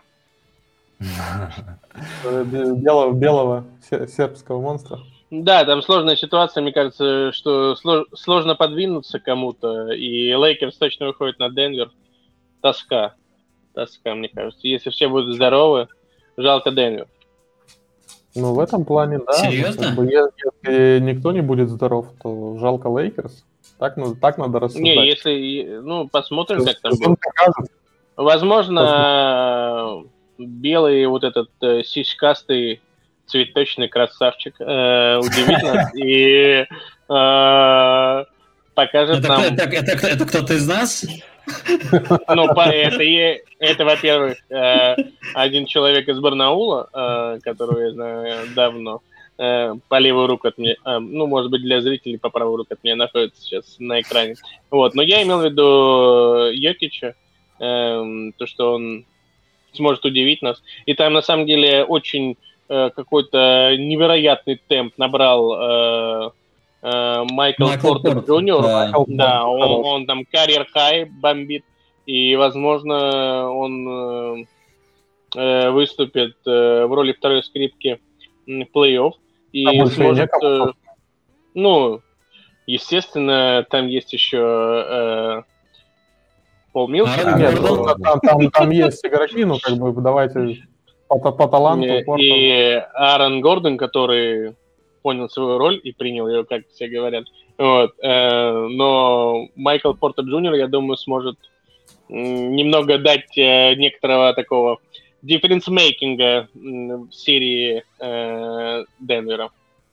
Э, бе- Белого, белого се- сербского монстра. Да, там сложная ситуация, мне кажется, что сло- сложно подвинуться кому-то, и Лейкерс точно выходит на Денвер. Тоска. Тоска, мне кажется. Если все будут здоровы, жалко Денвер. Ну, в этом плане, да. Серьезно? Как бы, е- если никто не будет здоров, то жалко Лейкерс. Так, ну, так надо рассуждать. Не, если, ну, посмотрим, как там Сезон будет. покажет. Возможно, белый вот этот э, сиськастый цветочный красавчик э, удивит нас и э, покажет Это, нам... это, это- это кто-то из нас? Ну, по- это, е- это, во-первых, э, один человек из Барнаула, э, которого я знаю давно, э, по левую руку от меня, э, ну, может быть, для зрителей по правую руку от меня находится сейчас на экране. Вот, но я имел в виду Йокича, э, то, что он сможет удивить нас. И там, на самом деле, очень э, какой-то невероятный темп набрал э, э, Майкл, Майкл Портер Портер, Джуниор. да. Да, он, Хорош. он там карьер-хай бомбит, и, возможно, он э, э, выступит э, в роли второй скрипки м, в плей-офф. И А больше и сможет... некому, э, ну, естественно, там есть еще э, Пол Милс. Аарон Нет, Гордон. ну, там, там, там есть игроки, ну, как бы, давайте по, по таланту. Э, Портер. И Аарон Гордон, который понял свою роль и принял ее, как все говорят. Вот. э, Но Майкл Портер Джуниор, я думаю, сможет м, немного дать э, некоторого такого дифференс-мейкинга в серии э, Денвера.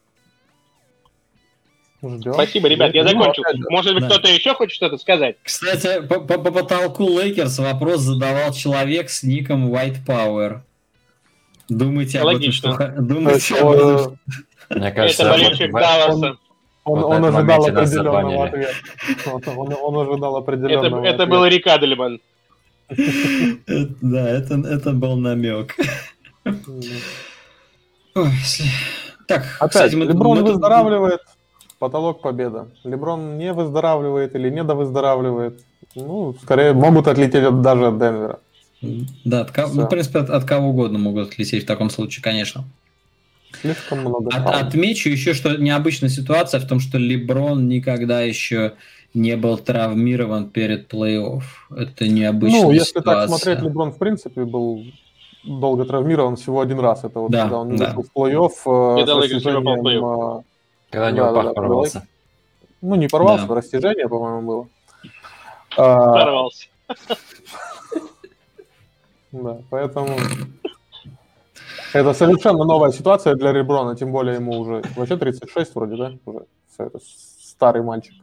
Ждем. Спасибо, ребят, я закончил. Может быть, да. кто-то еще хочет что-то сказать? Кстати, по, по, по потолку Лейкерс вопрос задавал человек с ником White Power. Думаете об этом, что... Думаете об этом, Мне кажется, это болельщик Далласа. Он, Вот он на этом ожидал моменте нас определенного забанили. ответа. Он, он, он ожидал Это, определенного это ответа. был Рик Адельман. Это- Да, это, это был намек. Ой, сли- Так, Опять, кстати, мы- Леброн мы тут- выздоравливает, потолок победа. Леброн не выздоравливает или недовыздоравливает. Ну, скорее, могут отлететь от- даже от Денвера. Да, от кого- ну, Всё. в принципе, от, от кого угодно могут отлететь в таком случае, конечно. Слишком много От- травм. отмечу еще, что необычная ситуация в том, что Леброн никогда еще не был травмирован перед плей-офф. Это необычная Ну, если ситуация. так смотреть, Леброн, в принципе, был долго травмирован всего один раз. Это вот Да, когда он не да. вышел в плей-офф э, Когда с Лейкерс не попал в растяжением, плей-офф. э, Когда у Да, него да, пах да, порвался. ну, не порвался, Да. растяжение, по-моему, было. А, Порвался. Да, поэтому это совершенно новая ситуация для Леброна, тем более ему уже вообще тридцать шесть вроде, да? Уже всё, это старый мальчик.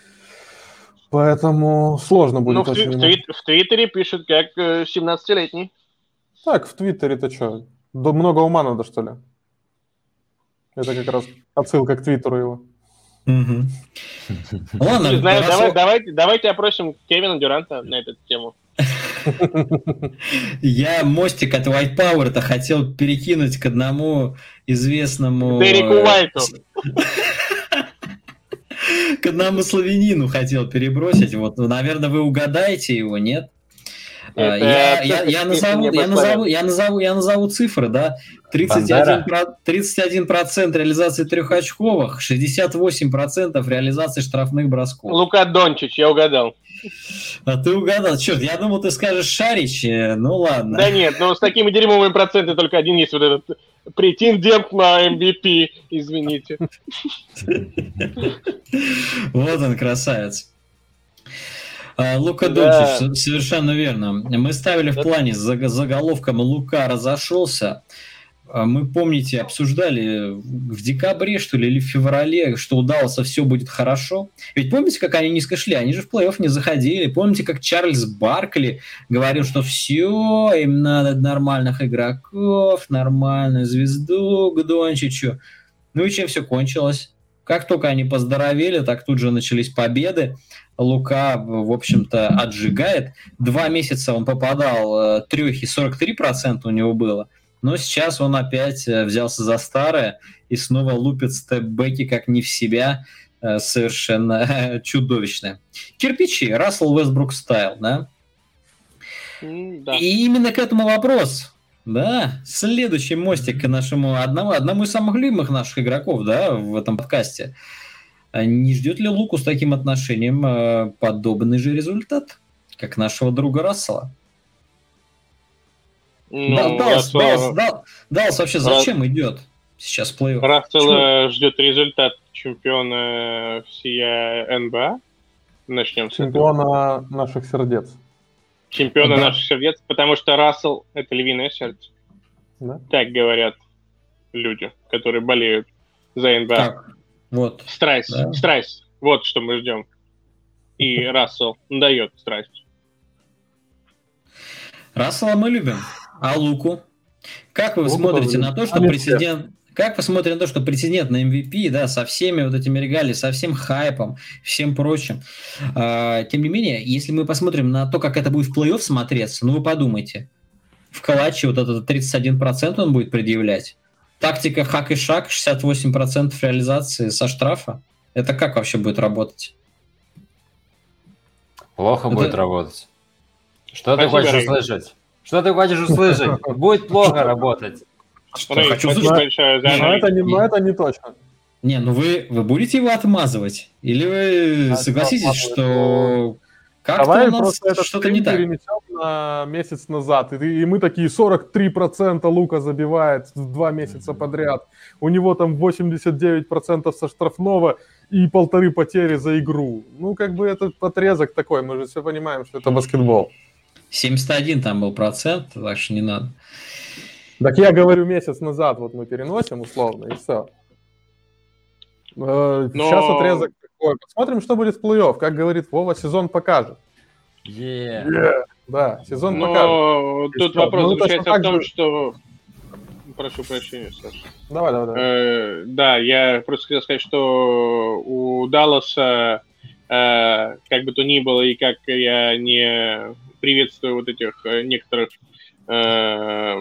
Поэтому сложно будет Ну, в, очень тви- в ему. твит- в Твиттере пишут, как э, семнадцатилетний. Так, в Твиттере-то что? Много ума надо, что ли? Это как раз отсылка к Твиттеру его. Мгм. Ладно, Не знаю, раз давай, о- давайте, давайте опросим Кевина Дюранта на эту тему. я мостик от White Power-то хотел перекинуть к одному известному... Дереку э, Уайту. с- К одному славянину хотел перебросить. Вот, ну, наверное, вы угадаете его, нет? А, Это Я, я, церковь я, Христа назову, я, Небославян. назову, я, назову, я назову цифры, да. тридцать один, про- тридцать один процент реализации трехочковых, шестьдесят восемь процентов реализации штрафных бросков. Лука Дончич, я угадал. А ты угадал. Черт, я думал, ты скажешь Шарич. э, Ну ладно. Да нет, но с такими дерьмовыми процентами только один есть, вот этот претендент на эм ви пи, извините. Вот он, красавец. А, Лука Да. Дончич, совершенно верно. Мы ставили в плане с заг- заголовком «Лука разошелся». А Мы, помните, обсуждали в декабре, что ли, или в феврале, что у Далласа все будет хорошо. Ведь помните, как они низко шли? Они же в плей-офф не заходили. Помните, как Чарльз Баркли говорил, что все, им надо нормальных игроков, нормальную звезду к Дончичу. Ну и чем все кончилось? Как только они поздоровели, так тут же начались победы. Лука, в общем-то, отжигает. Два месяца он попадал, э, трехи, сорок три процента у него было. Но сейчас он опять э, взялся за старое и снова лупит степ-бэки как не в себя. Э, совершенно э, чудовищно. Кирпичи, Рассел Уэстбрук стайл, да? М, Да. И именно к этому вопрос. Да, следующий мостик к нашему одному, одному из самых любимых наших игроков, да, в этом подкасте. А Не ждет ли Луку с таким отношением э, подобный же результат, как нашего друга Рассела? Ну, Да, Даллас, Рассел- Даллас, Дал- Даллас вообще Рас- зачем идет сейчас в плей-офф? Рассела ждет результат чемпиона всея эн бэ а. Начнем с этого. Чемпиона наших сердец. Чемпиона Да. наших сердец, потому что Рассел — это львиное сердце. Да? Так говорят люди, которые болеют за эн бэ а. Так, вот. Страсть, Да. страсть. Вот что мы ждем. И Рассел дает страсть. Рассела мы любим. А Луку? Как вы Луку смотрите тоже на любим. то, что Они претендент... Как вы смотрите на то, что претендент на эм ви пи, да, со всеми вот этими регалиями, со всем хайпом, всем прочим. А, тем не менее, если мы посмотрим на то, как это будет в плей-офф смотреться, ну вы подумайте. В калаче вот этот тридцать один процент он будет предъявлять. Тактика хак и шаг, шестьдесят восемь процентов реализации со штрафа. Это как вообще будет работать? Плохо Это- будет работать. Что ты Спасибо, хочешь Рэй. услышать? Что ты хочешь услышать? Будет плохо работать. Что, Рэй, хочу спасибо услышать? большое за Но это анализ. не, но это не точно. Не, ну вы, вы будете его отмазывать? Или вы А согласитесь, что что как-то Давай у нас просто этот что-то стрим не так? перенесем на месяц назад. И, и мы такие сорок три процента Лука забивает два месяца подряд. У него там восемьдесят девять процентов со штрафного и полторы потери за игру. Ну, как бы этот отрезок такой. Мы же все понимаем, что это баскетбол. семьдесят один там был процент, так что не надо. Так я говорю, месяц назад вот мы переносим условно, и все. Но... Сейчас отрезок такой. Посмотрим, что будет в плей-офф. Как говорит Вова, сезон покажет. Yeah. Yeah. Да, сезон Но покажет. тут и вопрос ну, заключается в том, же... что... Прошу прощения, Саша. Давай, давай, давай. Э, да, я просто хотел сказать, что у Далласа, э, как бы то ни было, и как я не приветствую вот этих некоторых э,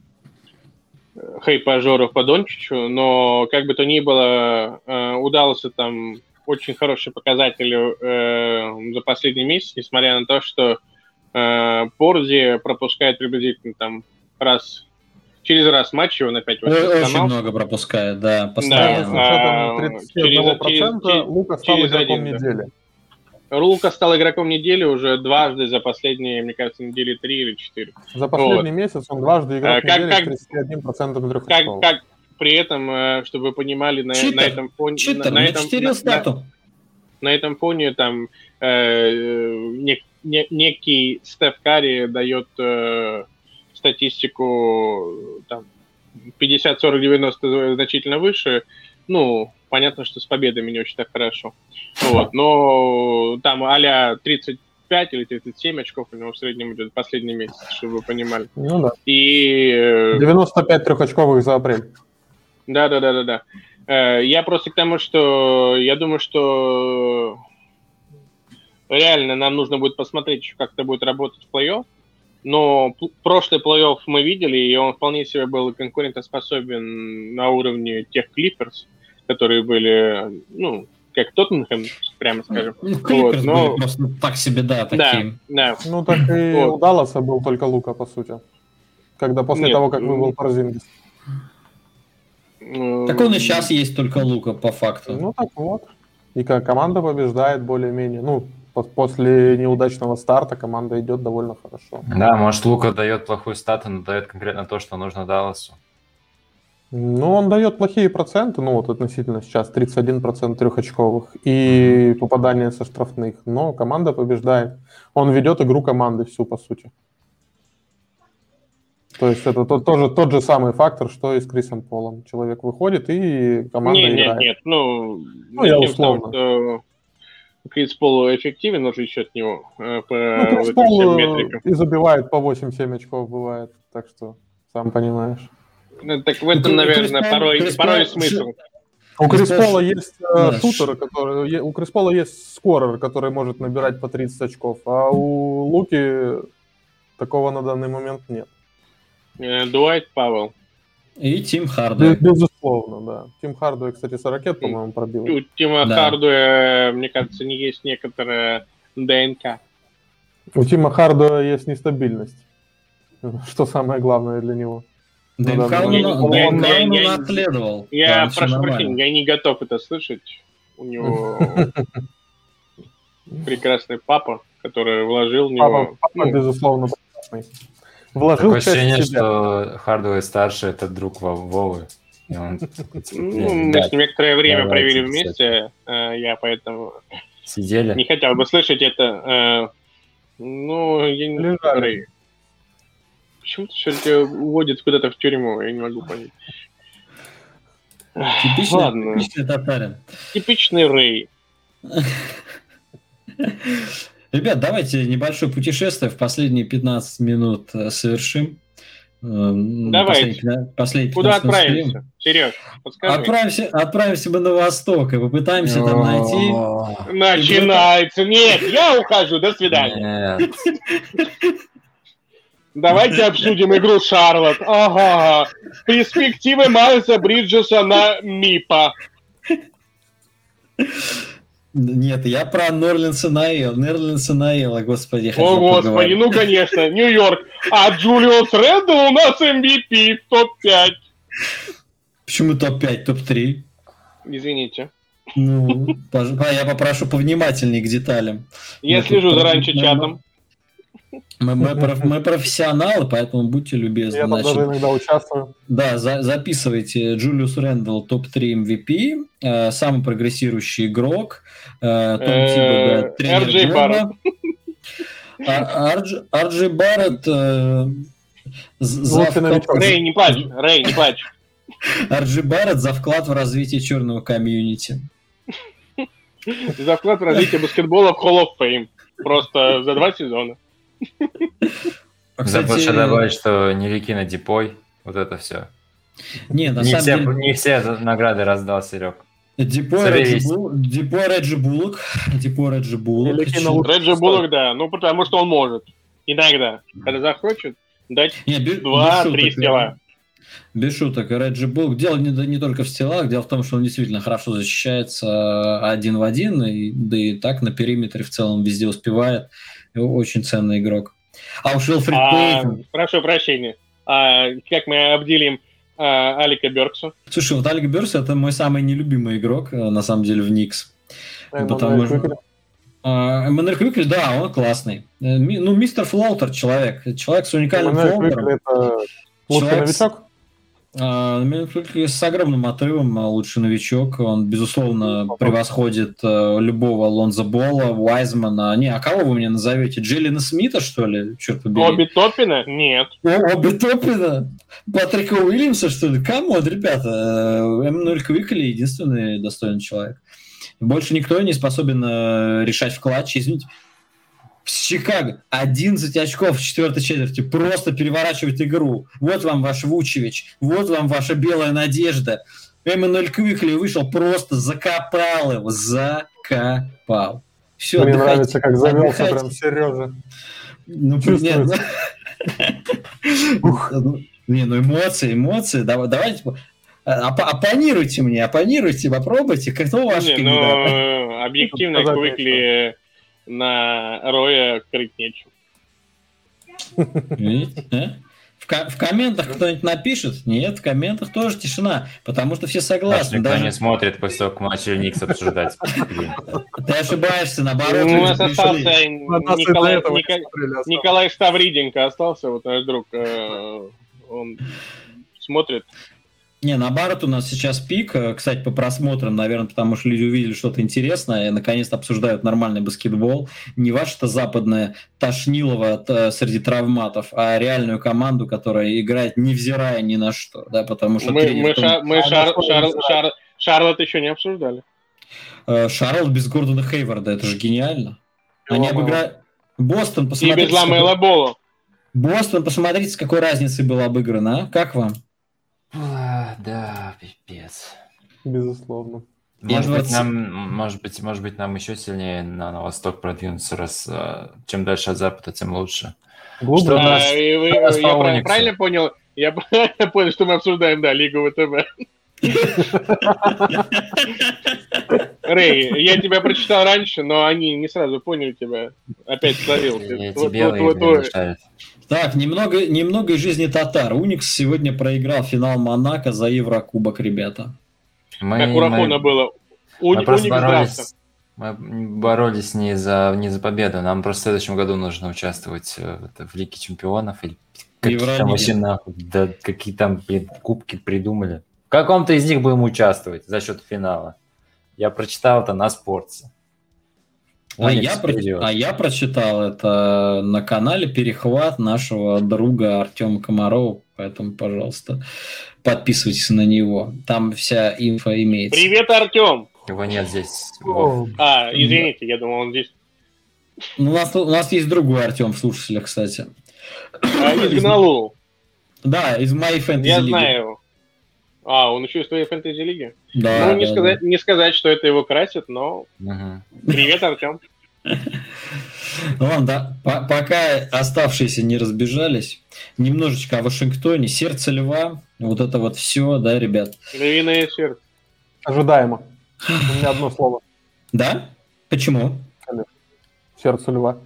хейпажеров по Дончичу, но как бы то ни было, э, у Далласа там очень хорошие показатели э, за последний месяц, несмотря на то, что э, Порзи пропускает приблизительно там раз... Через раз матч его на пять Очень много пропускает, да, постоянно. Да, с учетом тридцать один процент Лука стал игроком один, недели. Да. Лука стал игроком недели уже дважды за последние, мне кажется, недели три или четыре. За последний вот. месяц он дважды игрок а, как, недели как, с тридцать один процентом трехочковых. Как, как при этом, чтобы вы понимали, на, на этом фоне... Читер, на, на, этом, на, на, на этом фоне там э, не, не, некий Стеф Карри дает... Э, статистику там, пятьдесят сорок девяносто значительно выше. Ну, понятно, что с победами не очень так хорошо. Вот. Но там а-ля тридцать пять или тридцать семь очков у него в среднем идет последний месяц, чтобы вы понимали. Ну да. И... девяносто пять трехочковых за апрель. Да-да-да-да-да. Я просто к тому, что я думаю, что реально нам нужно будет посмотреть, как это будет работать в плей-офф. Но прошлый плей-офф мы видели, и он вполне себе был конкурентоспособен на уровне тех Клиперс, которые были, ну, как Тоттенхэм, прямо скажем. Ну, Клиперс вот, но... были просто так себе, да, такие. Да, да. Ну, так и вот. У Далласа был только Лука, по сути. Когда после Нет, того, как вывел Порзингис. Так он и сейчас есть только Лука, по факту. Ну, так вот. И как команда побеждает более-менее, ну, после неудачного старта команда идет довольно хорошо. Да, может, Лука дает плохой стат, но дает конкретно то, что нужно Далласу. Ну, он дает плохие проценты, ну, вот относительно сейчас тридцать один процент трехочковых и mm-hmm. попадание со штрафных, но команда побеждает. Он ведет игру команды всю, по сути. То есть это тот, тоже тот же самый фактор, что и с Крисом Полом. Человек выходит, и команда нет, играет. Нет, нет, ну... Ну, я условно. Того, Крис Пол эффективен уже счет него э, по ну, Крис вот Пол метрикам. И забивает по восемь-семь очков бывает, так что сам понимаешь. Ну, так в этом, наверное, Крис порой, Крис порой смысл. У Крис Пола есть э, шутер, который, у Крис Пола есть скорер, который может набирать по тридцать очков, а у Луки такого на данный момент нет. Э, Дуайт Пауэлл. И Тим Хардуэй. Безусловно, да. Тим Хардуэй, кстати, с ракет, по-моему, пробил. У Тима да. Хардуэя, мне кажется, не есть некоторая ДНК. У Тима Хардуэя есть нестабильность, что самое главное для него. ДНК он наследовал. Я прошу прощения, я не готов это слышать. У него прекрасный папа, который вложил в него... Папа, безусловно, прекрасный. Вложил такое ощущение, что Хардуэй старший — это друг Вовы. Он... Ну, мы с ним некоторое время провели вместе, я поэтому сидели. Не хотел бы слышать это. Ну, я не знаю. Почему-то все-таки уводит куда-то в тюрьму, я не могу понять. Типичный, Ладно. Типичный татарин. Типичный Рэй. Ребят, давайте небольшое путешествие в последние пятнадцать минут совершим. Давайте. Последний Куда отправимся? Стрим. Сереж, подскажи. Отправимся, отправимся мы на восток и попытаемся там найти... Начинается. Нет, я ухожу. До свидания. Нет. Давайте обсудим игру Шарлотт. Ага. Перспективы Майлса Бриджеса на МИПа. Нет, я про Нерлинса Наэла. Нерлинса Наэла, господи. О, господи, поговорить. Ну, конечно, Нью-Йорк. А Джулиус Рэндл у нас эм ви пи в топ пять. Почему топ пять, топ три? Извините. Ну, я попрошу повнимательнее к деталям. Я мы слежу за раньше чатом. Мы, мы, мы профессионалы, поэтому будьте любезны. Я там даже иногда участвую. Да, за, записывайте. Джулиус Рэндл топ три эм ви пи, э, самый прогрессирующий игрок, э, Том Тибодо, тренер года. А Арджи Барретт... э, за Лучший вклад- новичок. Рэй, не плачь, Рэй, не плачь. Арджи Барретт за вклад в развитие черного комьюнити. За вклад в развитие баскетбола в Hall of Fame. Просто за два сезона. А, Забыл еще кстати, добавить, что Ниликина Дипой, вот это все. не, на Не самом все, деле... не все награды раздал Серег. Дипо Соберись. Реджи Бул- Дипо Реджи Буллок. Дипо Реджи Буллок. Или Чё- кинул- Реджи Буллок, да. Ну, потому что он может. Иногда. Когда захочет, дать Не, без- без два-три шуток, стила. Без шуток, Реджи Буллок. Дело не, не только в стилах, дело в том, что он действительно хорошо защищается один в один, и, да и так на периметре в целом везде успевает. И очень ценный игрок. А уж Уилфрид А, Пейтон. прошу прощения. А, как мы обделим а, Алика Бёркса? Слушай, вот Алек Бёрс это мой самый нелюбимый игрок, э, на самом деле, в Никс. Эммануэль Потому что... Квикли. А, Эммануэль Квикли, да, он классный. Э, ми- Ну, мистер Флоутер человек. Человек с уникальным Эммануэль флоутером. Квикли это лучший Человек с- новичок? А, Эммануэль Квикли с огромным отрывом, а, лучший новичок. Он, безусловно, превосходит э, любого Лонзо Болла, Уайзмана. Не, а кого вы мне назовете? Джиллина Смита, что ли? Черт побери. Оби Топпина? Нет. О, Оби Топпина? Патрика Уильямса, что ли? Камон, ребята. э, Эммануэль Квикли единственный достойный человек. Больше никто не способен э, решать в клатче. Извините, в Чикаго одиннадцать очков в четвертой четверти. Просто переворачивает игру. Вот вам ваш Вучевич. Вот вам ваша белая надежда. Эммануэль Квикли вышел, просто закопал его. Закопал. Все, Мне отдыхайте. нравится, как завелся Отдыхайте. прям Сережа. Ну, Чувствуется. нет, ну, не, ну эмоции, эмоции. Давай- Давайте оп- оппонируйте мне, оппонируйте, попробуйте. Кто ваш Не, кандидат? ну, объективно Сказать Квикли на Роя крыть нечего. Видите, а? В, ко- в комментах кто-нибудь напишет? Нет, в комментах тоже тишина, потому что все Наш согласны. никто Даже не смотрит после того, как мы начали Никс обсуждать. ты ошибаешься, наоборот. У люди нас пришли. остался На нас из-за Николай, этого не Ника- смотрели осталось. Николай Ставриденко остался, вот наш друг. э, Он смотрит. Не, наоборот, у нас сейчас пик. Э, Кстати, по просмотрам, наверное, потому что люди увидели что-то интересное и наконец-то обсуждают нормальный баскетбол. Не ваше-то западное Тошнилово т- среди травматов, а реальную команду, которая играет невзирая ни на что. Да, потому что Мы, тренер мы, там- Ша- мы А, Шар- насколько Шар- не Шар- Шарлотт еще не обсуждали. Э, Шарлотт без Гордона Хейварда, это же гениально. Они Ламела. обыграли... Бостон, И посмотрите, без с какой- Ламела Бола. Бостон, посмотрите, с какой разницей был обыгран, а? Как вам? А, Да, пипец. Безусловно. Может двадцать быть, нам, может быть, может быть, нам еще сильнее на, на восток продвинуться, раз а, чем дальше от запада, тем лучше. Глупо. Что у нас- А, и вы- что у нас я по правильно, Униксу? правильно понял? Я правильно понял, что мы обсуждаем, да, Лигу ВТБ. Рэй, я тебя прочитал раньше, но они не сразу поняли тебя. Опять словил. Эти Твой- белые твой- не твой- мешают. Так, немного, немного из жизни татар. Уникс сегодня проиграл финал Монако за Еврокубок, ребята. Мы, Как у Рафона мы- было. мы Уни- просто Уникс драфта. боролись, мы боролись не за, не за победу. Нам просто в следующем году нужно участвовать э, в, это, в Лиге чемпионов. Или какие там Евролиге. вообще нахуй, да, какие там, блин, кубки придумали. В каком-то из них будем участвовать за счет финала. Я прочитал это на спорте. А я, про- а я прочитал это на канале «Перехват» нашего друга Артема Комарова, поэтому, пожалуйста, подписывайтесь на него. Там вся инфа имеется. Привет, Артем! Его нет здесь. О, А, извините, я думал, он здесь. Ну, у, нас, у нас есть другой Артем в слушателях, кстати. А, из Гналу. Да, из моей фэнтези Я лиги. знаю его. А, он еще из твоей фэнтези-лиги? Да, Ну, не, да, сказать, не сказать, что это его красит, но Мгм. привет, Артем. да. Ну ладно, да. По- пока оставшиеся не разбежались, немножечко о Вашингтоне. Сердце льва, вот это вот все, да, ребят. Львиное сердце. ожидаемо. У меня одно слово. Да? Почему? Сердце льва.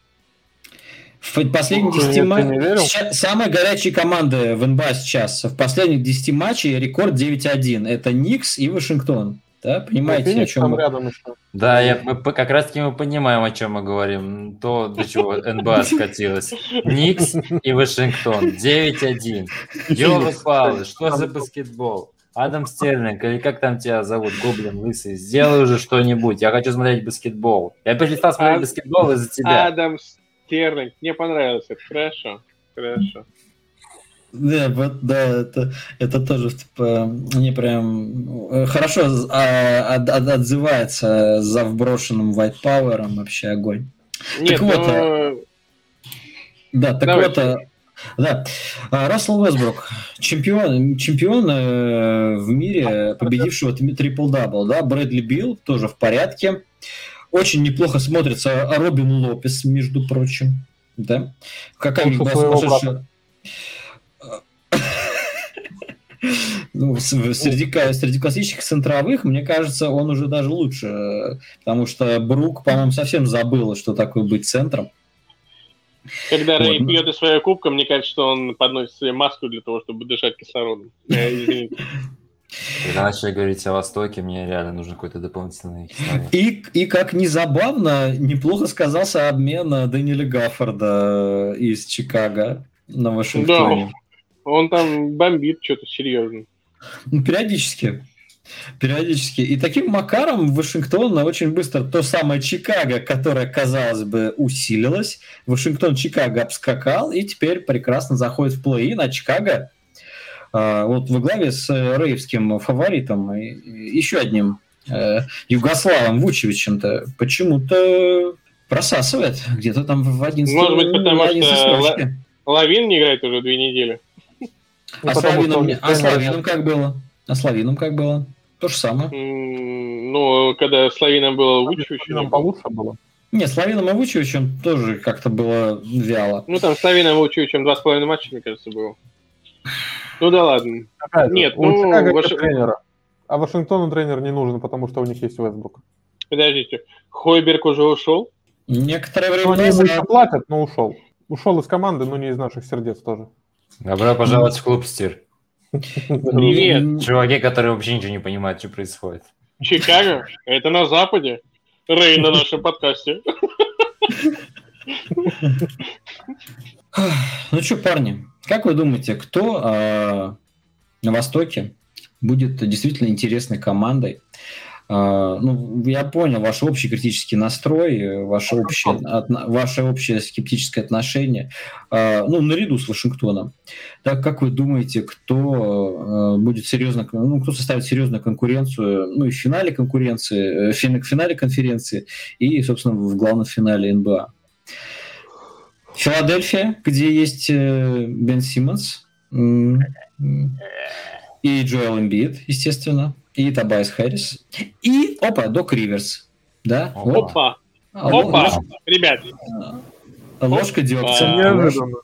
В последних Ты- десяти ты матчах... не верил? Самые горячие команды в эн бэ а сейчас. В последних десяти матчах рекорд девять один. Это Никс и Вашингтон. Да, понимаете, о Феникс чем там мы? рядом еще. Да, я, мы, по- как раз таки мы понимаем, о чем мы говорим. То, до чего эн бэ а скатилась. Никс и Вашингтон. девять один. Ёлы-палы, что за баскетбол? Адам Стерлинг, или как там тебя зовут, Гоблин Лысый, сделай уже что-нибудь. Я хочу смотреть баскетбол. Я перестал смотреть А- баскетбол из-за тебя. Адамс, Стерлинг. Мне понравилось это. Хорошо. Хорошо. Да, вот, да, это, это тоже типа, мне прям хорошо а, от, от, отзывается за вброшенным White Power, вообще огонь. Нет, так вот, но... да, так Давайте. вот, да, Рассел Уэсбрук, чемпион, чемпион в мире, победившего трипл-дабл, да, Брэдли Билл тоже в порядке. Очень неплохо смотрится Робин Лопес, между прочим, да. Какая сумасшедшая... Ну, среди, среди классических центровых, мне кажется, он уже даже лучше, потому что Брук, по-моему, совсем забыл, что такое быть центром. Когда Рэй вот. пьет из своего кубка, мне кажется, что он подносит себе маску для того, чтобы дышать кислородом. Извините. Когда начали говорить о Востоке, мне реально нужен какой-то дополнительный кислород. И, и как ни забавно, неплохо сказался обмен Дэниеля Гаффорда из Чикаго на Вашингтоне. Да, он там бомбит что-то серьезно. Ну, периодически. Периодически. И таким макаром Вашингтон очень быстро то самое Чикаго, которое, казалось бы, усилилось, Вашингтон Чикаго обскакал и теперь прекрасно заходит в плей-ин, а Чикаго а, вот во главе с рейвским фаворитом, еще одним э, Югославом Вучевичем-то почему-то просасывает где-то там в одиннадцатой Может быть, потому что строчке. Лавин не играет уже две недели. А с Лавином, а с Лавином как было? А с Лавином как было? То же самое. Mm, ну, когда с Лавином было Вучевич... Нам получше было. Не, с Лавином и Вучевичем тоже как-то было вяло. Ну, там с Лавином и Вучевичем два с половиной матча, мне кажется, было. Ну да ладно. Опять Нет, у ну... Чикаго Ваш... нет тренера. А Вашингтону тренер не нужен, потому что у них есть Уэсбрук. Подождите, Хойберг уже ушел? Некоторое время Они ему назад... еще платят, но ушел. Ушел из команды, но не из наших сердец тоже. Добро пожаловать в клуб, Стир. Нет. Чуваки, которые вообще ничего не понимают, что происходит. Чикаго? Это на Западе. Рэй на нашем подкасте. Ну что, парни, как вы думаете, кто э, на Востоке будет действительно интересной командой? Э, ну, я понял ваш общий критический настрой, ваше общее, от, ваше общее скептическое отношение, э, ну, наряду с Вашингтоном. Так как вы думаете, кто э, будет серьезно, ну, кто составит серьезную конкуренцию, ну, и в финале конкуренции, в финале конференции и, собственно, в главном финале эн бэ а? Филадельфия, где есть э, Бен Симмонс м- м- и Джоэл Эмбид, естественно, и Тобайас Хэррис, и, опа, Док Риверс. Да? Вот. Опа, А, опа, ложь- ребят. Ложка дегтя. Неожиданно.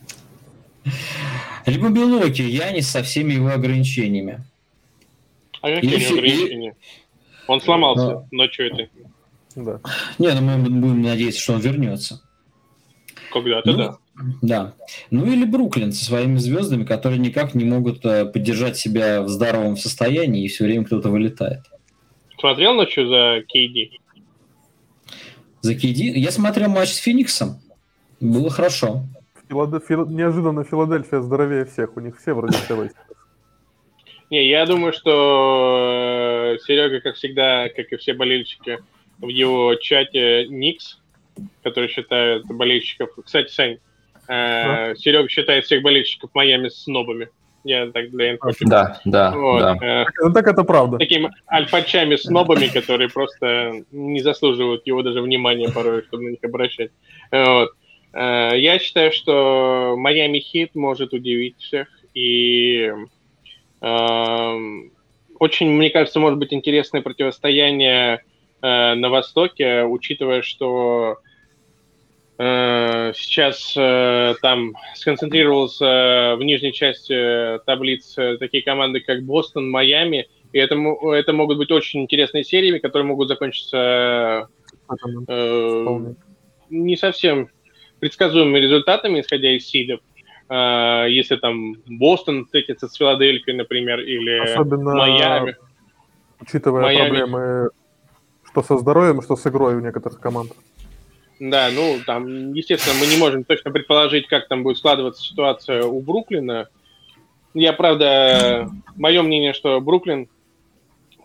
Либо Белоки, Янис со всеми его ограничениями. А какие И у него фи- ограничения? Он сломался, Да. но что это? Да. Не, ну мы будем надеяться, что он вернется. Когда-то, Ну, да. Да. Ну или Бруклин со своими звездами, которые никак не могут э, поддержать себя в здоровом состоянии, и все время кто-то вылетает. Смотрел ночью за кей ди? За кей ди? Я смотрел матч с Фениксом. Было хорошо. Филаде- Фил- Неожиданно Филадельфия здоровее всех. У них все вроде целые. Не, я думаю, что Серега, как всегда, как и все болельщики, в его чате Никс, который считает болельщиков... Кстати, Сань, э, Серега считает всех болельщиков Майами снобами. Я так для инфо. Да, да, Вот, да. э, Ну так это правда. такими альфачами-снобами, которые просто не заслуживают его даже внимания порой, чтобы на них обращать. Вот. Э, Я считаю, что Майами Хит может удивить всех. И э, очень, мне кажется, может быть интересное противостояние э, на Востоке, учитывая, что э, сейчас э, там сконцентрировался в нижней части таблиц э, такие команды, как Бостон, Майами, и это, мо- это могут быть очень интересные серии, которые могут закончиться э, не совсем предсказуемыми результатами, исходя из сидов. Э, если там Бостон встретится с Филадельфией, например, или Особенно Майами. учитывая Майами. проблемы, что со здоровьем, что с игрой у некоторых команд. Да, ну, там, естественно, мы не можем точно предположить, как там будет складываться ситуация у Бруклина. Я, правда, мое мнение, что Бруклин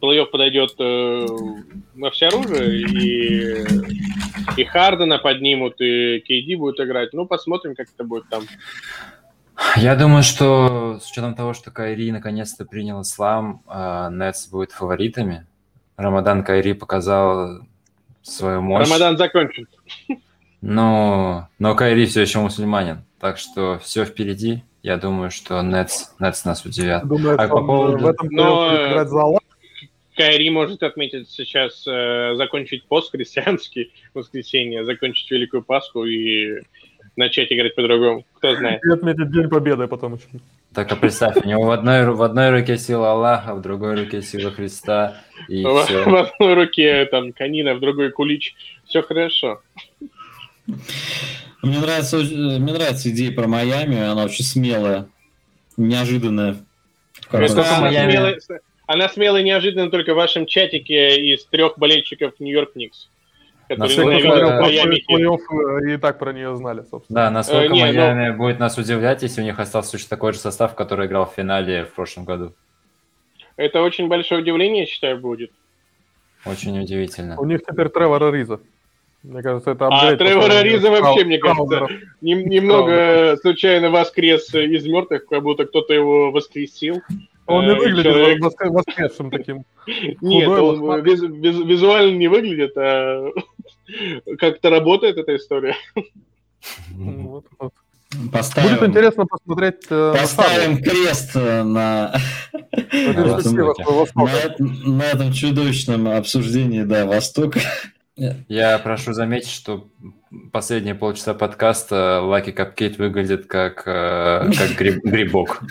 плей-офф подойдет э, во всеоружие, и, и Хардена поднимут, и Кей Ди будет играть. Ну, посмотрим, как это будет там. Я думаю, что с учетом того, что Кайри наконец-то принял ислам, Нетс будет фаворитами. Рамадан Кайри показал свою мощь. Рамадан закончен. Но, но Кайри все еще мусульманин, так что все впереди. Я думаю, что Нетс, Нетс нас удивят. Думаю, а что по поводу... в этом Но... будет играть за Аллах. Кайри может отметить сейчас, э, закончить пост христианский в воскресенье, закончить Великую Пасху и начать играть по-другому. Кто знает. И отметить День Победы потом еще. Так, а представь, у него в одной, в одной руке сила Аллаха, в другой руке сила Христа. И в, все. в одной руке там канина, в другой кулич. Все хорошо. Мне нравится, мне нравится идея про Майами, она очень смелая, неожиданная. Это она, смелая, она смелая и неожиданно только в вашем чатике из трех болельщиков Нью-Йорк Никс. Насколько плей-офф и так про нее знали, собственно. Да, насколько э, не, Майами но... будет нас удивлять, если у них остался точно такой же состав, который играл в финале в прошлом году. Это очень большое удивление, я считаю, будет. Очень удивительно. У них теперь Тревор Ариза. Мне кажется, это апгрейд. А Тревор Ариза вообще, мне кажется, Краудеров. немного случайно воскрес из мертвых, как будто кто-то его воскресил. Он не выглядит Человек... воскресшим таким. Нет, он виз, виз, визуально не выглядит, а как-то работает эта история. Вот, вот. Поставим, будет интересно посмотреть. Поставим на крест на, на, на этом чудовищном обсуждении, да, Востока. Я прошу заметить, что последние полчаса подкаста Lucky Cupcake выглядит как, как гриб, грибок.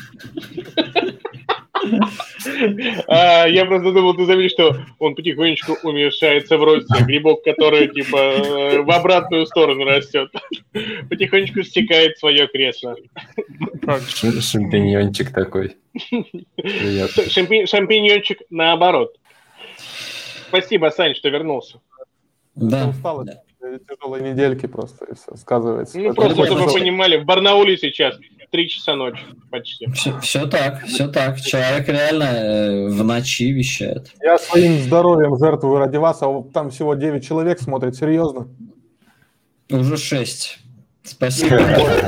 А, я просто думал, ты заметишь, что он потихонечку уменьшается в росте. Грибок, который типа в обратную сторону растет. Потихонечку стекает в свое кресло. Шампиньончик такой. Шампинь, шампиньончик наоборот. Спасибо, Сань, что вернулся. Да. Усталость, да. Тяжелые недельки просто и все сказывается. Ну, просто, чтобы вы понимали, в Барнауле сейчас три часа ночи почти. Все, все так, все так. Человек реально э, в ночи вещает. Я своим здоровьем жертвую ради вас, а там всего девять человек смотрит, серьезно? Уже шесть. Спасибо.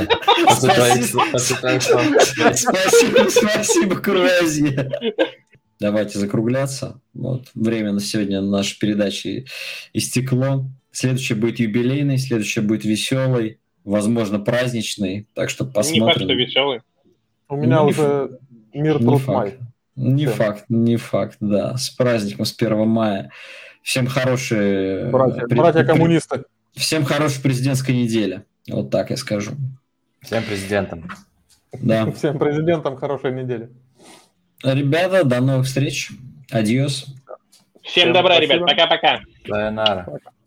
Спасибо, спасибо, Курвазия. Давайте закругляться. Вот, время на сегодня нашей передачи истекло. Следующий будет юбилейный, следующий будет веселый, возможно, праздничный. Так что посмотрим. Не факт, что веселый. У меня ну, уже мир труд май. Не Все. факт, не факт, да. С праздником, с первого мая. Всем хорошие... Братья, пред... братья коммунисты. Всем хорошей президентской недели. Вот так я скажу. Всем президентам. Да. Всем президентам хорошей недели. Ребята, до новых встреч. Адьос. Всем, Всем добра, спасибо. Ребят. Пока-пока. Sayonara.